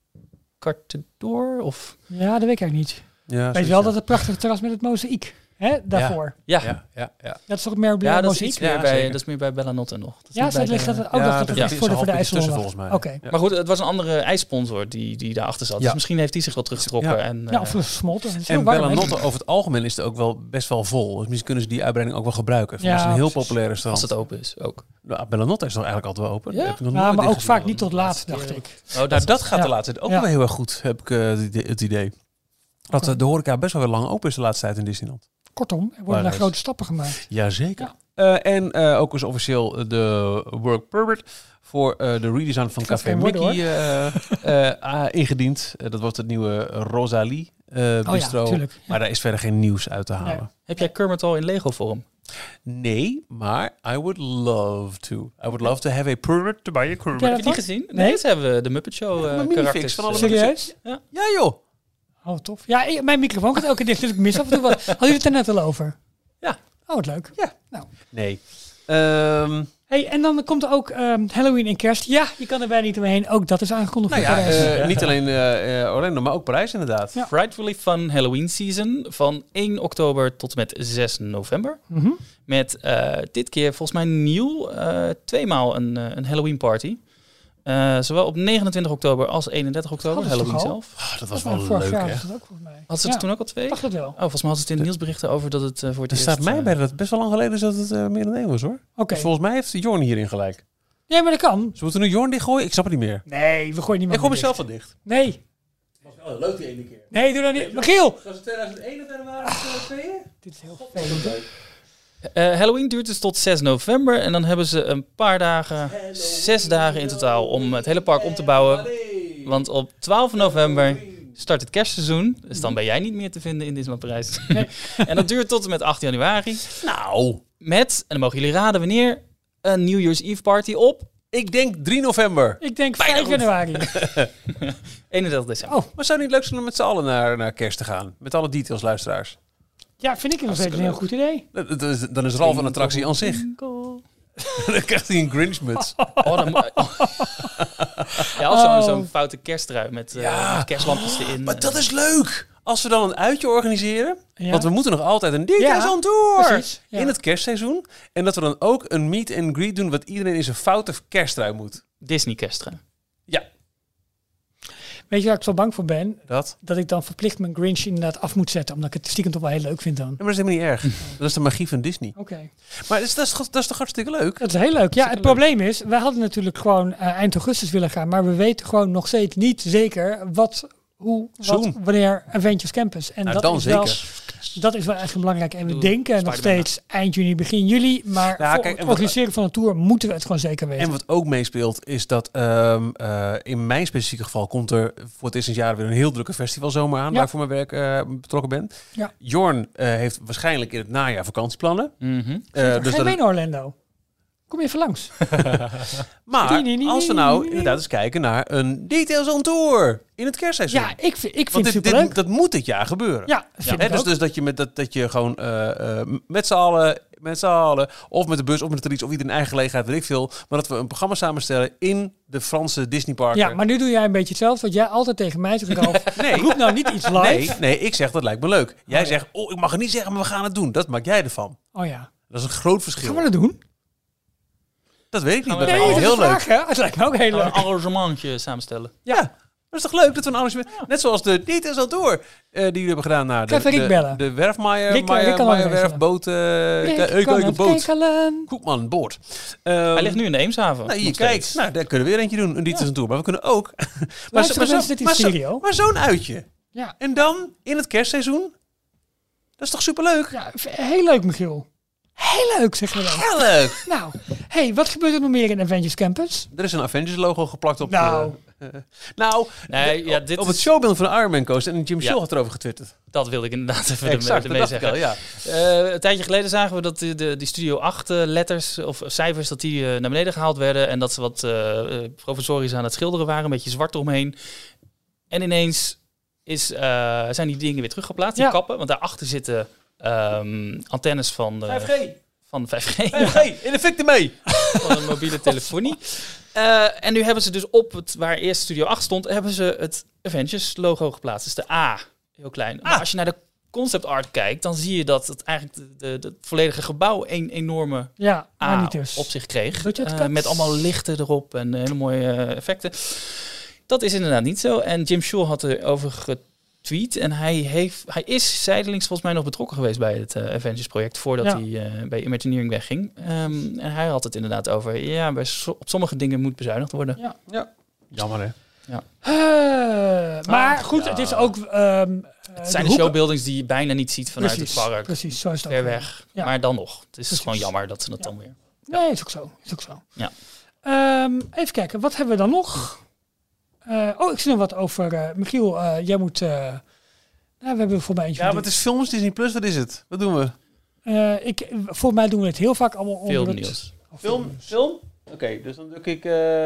Cartador of... Ja, dat weet ik eigenlijk niet. Ja, weet wel dat het prachtige terras met het mozaïek. Hè, daarvoor. Ja. Dat is toch meer bij dat is dat is meer bij Bella Notte nog. Dat ligt dat ook nog voor de IJsselhof volgens mij. Okay. Maar goed, het was een andere ijssponsor die daarachter zat. Dus misschien heeft hij zich wel teruggetrokken. Of gesmolten. En Bella Notte over het algemeen is het ook wel best wel vol. Dus misschien kunnen ze die uitbreiding ook wel gebruiken. Het is een heel populair restaurant. Als het open is ook. Nou, Bella Notte is nog eigenlijk altijd wel open. Ja, maar ook vaak niet tot laat, dacht ik. Dat gaat de laatste tijd ook wel heel erg goed, heb ik het idee. Dat de horeca best wel weer lang open is de laatste tijd in Disneyland. Kortom, er worden daar grote stappen gemaakt. Jazeker. En ook is officieel de work permit voor de redesign van Café Mickey ingediend. Dat wordt het nieuwe Rosalie bistro. Maar daar is verder geen nieuws uit te halen. Nee. Heb jij Kermit al in Lego vorm? Nee, maar I would love to. I would love to have a permit to buy a Kermit. Heb je die gezien? Nee, ze hebben de Muppet Show karakters. Van alle serieus? Ja joh. Oh, tof. Ja, mijn microfoon gaat elke dicht, dus ik mis af en toe wat. Had u het er net al over? Ja. Oh, wat leuk. Ja. Nou. Nee. Hey, en dan komt er ook Halloween en kerst. Ja, je kan er bijna niet omheen. Ook dat is aangekondigd. Niet alleen Orlando, maar ook Parijs inderdaad. Ja. Frightfully Fun Halloween Season van 1 oktober tot en met 6 november. Mm-hmm. Met dit keer volgens mij nieuw 2 maal een Halloween party. Zowel op 29 oktober als 31 oktober, Halloween zelf. Dat was wel leuk, hè? Had ze er toen ook al 2? Dacht het wel. Volgens mij had het in de nieuwsberichten over dat het voor het er staat mij bij dat het best wel lang geleden is dat het meer dan 1 was, hoor. Okay. Dus volgens mij heeft Jorn hierin gelijk. Ja, maar dat kan. Ze moeten nu Jorn dichtgooien? Ik snap het niet meer. Nee, we gooien niet meer. Ik gooi mezelf al dicht. Nee. Dat was wel leuk die ene keer. Nee, doe dat niet. Michiel! Was het 2001 of waren het 2? Dit is heel vervelend. Halloween duurt dus tot 6 november. En dan hebben ze een paar dagen, 6 dagen in totaal, om het hele park om te bouwen. Want op 12 november start het kerstseizoen. Dus dan ben jij niet meer te vinden in Disneyland Parijs. Nee. En dat duurt tot en met 8 januari. Nou. Met, en dan mogen jullie raden wanneer, een New Year's Eve party op. Ik denk 3 november. Ik denk 5 januari. 31 december. Oh, maar zou het niet leuk zijn om met z'n allen naar kerst te gaan? Met alle details, luisteraars. Ja, vind ik nog steeds een heel goed idee. Dan is Ralf een attractie aan zich. Dan krijgt hij een Grinch-muts. Of zo'n foute kersttrui met kerstlampjes erin. Maar dat is leuk! Als we dan een uitje organiseren. Ja. Want we moeten nog altijd een Details on Tour in het kerstseizoen. En dat we dan ook een meet and greet doen wat iedereen in zijn foute kersttrui moet. Disney kersttrui. Ja. Weet je waar ik zo bang voor ben? Dat ik dan verplicht mijn Grinch inderdaad af moet zetten. Omdat ik het stiekem toch wel heel leuk vind dan. Ja, maar dat is helemaal niet erg. Dat is de magie van Disney. Oké. Maar dat is toch hartstikke leuk? Dat is heel leuk. Ja, het probleem is, wij hadden natuurlijk gewoon eind augustus willen gaan. Maar we weten gewoon nog steeds niet zeker wanneer Avengers Campus. En dat dan is zeker. Wel, dat is wel echt belangrijk. En we denken nog steeds eind juni, begin juli. Maar voor het organiseren van een tour moeten we het gewoon zeker weten. En wat ook meespeelt is dat in mijn specifieke geval komt er voor het eerst in het jaar weer een heel drukke festivalzomer aan. Waar ik voor mijn werk betrokken ben. Ja. Jorn heeft waarschijnlijk in het najaar vakantieplannen. Dus ga je mee naar Orlando? Kom even langs. Maar als we nou inderdaad eens kijken naar een Details on Tour in het kerstseizoen. Ja, ik vind het superleuk. Dat moet dit jaar gebeuren. Ja, Dus dat je gewoon met z'n allen of met de bus of met de iets of ieder in eigen gelegenheid, weet ik veel. Maar dat we een programma samenstellen in de Franse Disneyparken. Ja, maar nu doe jij een beetje hetzelfde wat jij altijd tegen mij zegt. Nee. Roep nou niet iets live. Nee, ik zeg dat lijkt me leuk. Jij zegt, ik mag het niet zeggen, maar we gaan het doen. Dat maak jij ervan. Oh ja. Dat is een groot verschil. Gaan we dat doen? Dat weet ik niet. Dat is heel leuk. Het lijkt me ook heel leuk. Een arrangementje samenstellen. Ja, dat is toch leuk dat we een arrangement... Ja. Net zoals de Details on Tour die jullie hebben gedaan naar de werfboot. Koekman boord. Hij ligt nu in de Eemshaven. Nou, kijk, daar kunnen we weer eentje doen. Een Details on Tour. Maar we kunnen ook... maar zo'n uitje. Ja. En dan in het kerstseizoen. Dat is toch superleuk? Ja, heel leuk, Michiel. Heel leuk, zeg maar dan. Heel leuk. Nou, wat gebeurt er nog meer in Avengers Campus? Er is een Avengers logo geplakt op op het showbeeld van de Iron Man Coaster. En Jim Shaw had erover getwitterd. Dat wilde ik inderdaad even ermee zeggen. Een tijdje geleden zagen we dat die Studio 8 letters of cijfers dat die naar beneden gehaald werden. En dat ze wat professorisch aan het schilderen waren. Een beetje zwart eromheen. En ineens zijn die dingen weer teruggeplaatst, die kappen. Want daarachter zitten... antennes van 5G. Van 5G. 5G, in effecte mee. Van een mobiele telefonie. En nu hebben ze dus waar eerst Studio 8 stond, hebben ze het Avengers logo geplaatst. Dus de A, heel klein. Maar als je naar de concept art kijkt, dan zie je dat het eigenlijk het volledige gebouw een enorme A op zich kreeg. Met allemaal lichten erop en hele mooie effecten. Dat is inderdaad niet zo. En Jim Shaw had erover getweet. En hij is zijdelings volgens mij nog betrokken geweest bij het Avengers-project voordat hij bij Imagineering wegging. En hij had het inderdaad over, op sommige dingen moet bezuinigd worden. Ja. Jammer hè? Ja. Maar goed, het is ook... het zijn de showbuildings die je bijna niet ziet vanuit het park. Precies, zo is het ver weg. Ja. Maar dan nog. Het is gewoon jammer dat ze dat dan weer... Nee, is ook zo. Ja. Even kijken, wat hebben we dan nog? Ik zie nog wat over... Michiel, jij moet... we hebben voor mij eentje... Ja, maar het is films, Disney Plus, wat is het? Wat doen we? Voor mij doen we het heel vaak allemaal onder Filmnieuws. Film? Oké, dus dan druk ik...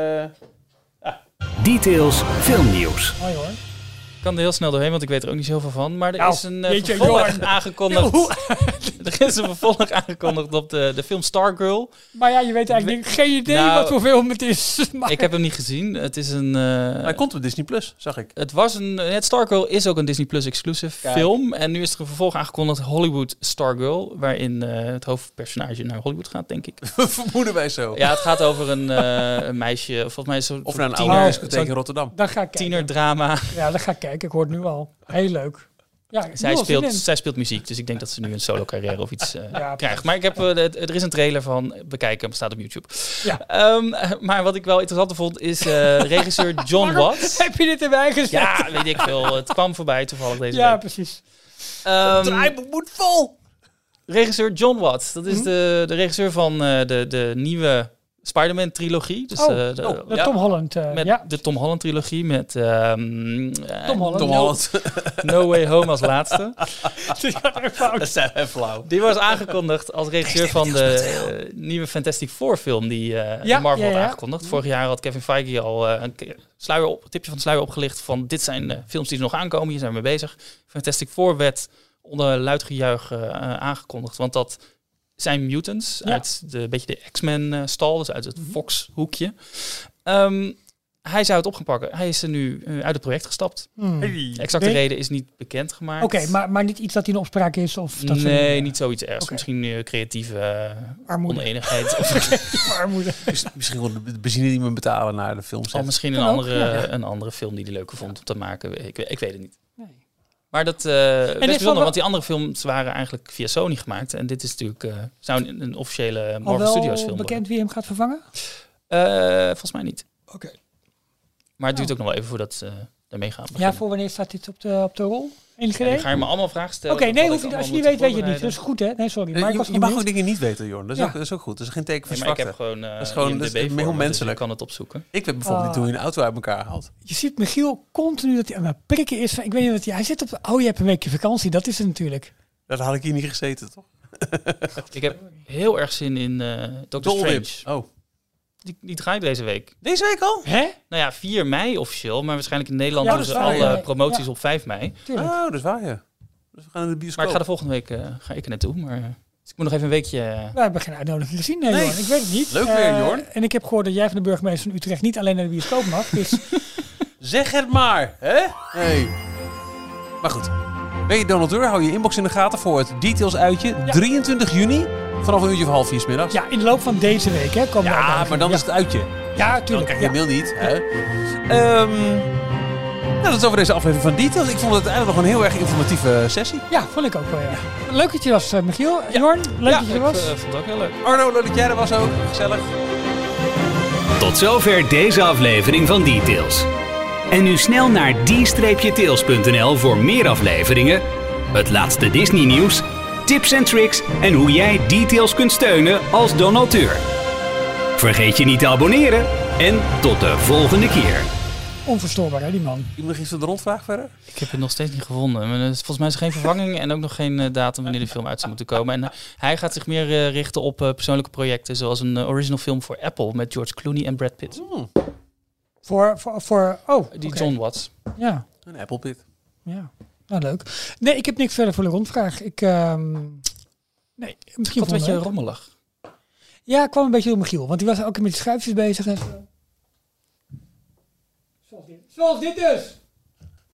Details filmnieuws. Hoi hoor. Ik kan er heel snel doorheen, want ik weet er ook niet zoveel van. Maar er is een vervolg aangekondigd. Er is een vervolg aangekondigd op de film Stargirl. Maar ja, je weet eigenlijk geen idee wat voor film het is. Maar... Ik heb hem niet gezien. Het is een... Hij komt op Disney Plus, zag ik. Het Stargirl is ook een Disney Plus exclusive film. En nu is er een vervolg aangekondigd, Hollywood Stargirl. Waarin het hoofdpersonage naar Hollywood gaat, denk ik. Vermoeden wij zo. Ja, het gaat over een meisje. Volgens mij zo. Of naar een oude discotheek in Rotterdam. Dan ga ik tienerdrama. Ja, dan ga ik kijken. Ik hoor het nu al. Heel leuk. Ja, zij speelt muziek, dus ik denk dat ze nu een solo carrière of iets krijgt. Maar ik heb, er is een trailer van, bekijken, hem staat op YouTube. Ja. Maar wat ik wel interessant vond is regisseur John Watts. Heb je dit erbij gezet? Ja, weet ik veel. Het kwam voorbij toevallig deze week. Ja, precies. Het draaiboek moet vol. regisseur John Watts. Dat is de regisseur van de nieuwe Spider-Man trilogie. Dus, de Tom Holland. De Tom Holland trilogie met Tom Holland. No Way Home als laatste. Dat is even flauw. Die was aangekondigd als regisseur van de nieuwe Fantastic Four film die Marvel had aangekondigd. Vorig jaar had Kevin Feige al een tipje van de sluier opgelicht van dit zijn films die er nog aankomen. Hier zijn we mee bezig. Fantastic Four werd onder luid gejuich aangekondigd, want dat zijn mutants uit een beetje de X-Men stal, dus uit het Fox-hoekje. Hij zou het op gaan pakken. Hij is er nu uit het project gestapt. De exacte reden is niet bekendgemaakt. Oké, maar niet iets dat in opspraak is? Of dat niet zoiets ergs. Misschien creatieve oneenigheid. Armoede. Misschien wel de benzine die we betalen naar de film. Of misschien een andere film die hij leuker vond om te maken. Ik weet het niet. Nee. Maar dat best bijzonder, want die andere films waren eigenlijk via Sony gemaakt. En dit is natuurlijk zou een officiële Marvel Studios film bekend wie hem gaat vervangen? Volgens mij niet. Oké. Maar het duurt ook nog wel even voordat ze daarmee gaan beginnen. Ja, voor wanneer staat dit op de rol? Ga je me allemaal vragen stellen? Oké, nee, als je niet weet, weet je het niet. Dat is goed, hè? Nee, sorry. Maar je mag ook dingen niet weten, Jorn. Dat is ook goed. Dat is geen teken van zwakte. Ik heb gewoon dat is gewoon heel menselijk. Dus ik kan het opzoeken. Ik weet bijvoorbeeld niet hoe je een auto uit elkaar haalt. Je ziet Michiel continu dat hij aan het prikken is. Ik weet niet wat hij zit op. Oh, je hebt een weekje vakantie. Dat is het natuurlijk. Dat had ik hier niet gezeten, toch? Ik heb heel erg zin in Doctor Strange. Oh. Die draait deze week. Deze week al? Hè? Nou ja, 4 mei officieel. Maar waarschijnlijk in Nederland doen ze alle promoties op 5 mei. Tuurlijk. Oh, dat is waar, ja. Dus we gaan in de bioscoop. Maar ik ga de volgende week ga ik er naartoe. Maar dus ik moet nog even een weekje... We hebben geen uitnodiging gezien, nee. Jorn. Ik weet het niet. Leuk weer, Jorn. En ik heb gehoord dat jij van de burgemeester van Utrecht niet alleen naar de bioscoop mag. Dus... Zeg het maar, hè? Hey. Maar goed. Ben je donateur? Hou je inbox in de gaten voor het details uitje. 23 juni. Vanaf een uurtje of 3:30 middags. Ja, in de loop van deze week, hè? Maar dan is het uitje. Ja, tuurlijk. Dan krijg je je mail niet, hè? Dat is over deze aflevering van Details. Ik vond het eigenlijk nog een heel erg informatieve sessie. Ja, vond ik ook wel, ja. Leuk dat je was, Michiel. Jorn, leuk dat je er was. Ik vond het ook heel leuk. Arno, leuk dat jij er was ook. Gezellig. Tot zover deze aflevering van Details. En nu snel naar d-tails.nl voor meer afleveringen, het laatste Disney nieuws, tips en tricks en hoe jij Details kunt steunen als donateur. Vergeet je niet te abonneren en tot de volgende keer. Onverstoorbaar, hè, die man. Iemand nog iets van de rondvraag verder? Ik heb het nog steeds niet gevonden. Maar volgens mij is er geen vervanging en ook nog geen datum wanneer de film uit zou moeten komen. En hij gaat zich meer richten op persoonlijke projecten, zoals een original film voor Apple met George Clooney en Brad Pitt. Die John Watts. Ja. Een Apple Pit. Ja, nou leuk. Nee, ik heb niks verder voor de rondvraag. Misschien wat een beetje rommelig. Ja, ik kwam een beetje door Michiel, want die was ook met die schuifjes bezig. En... Zoals dit dus.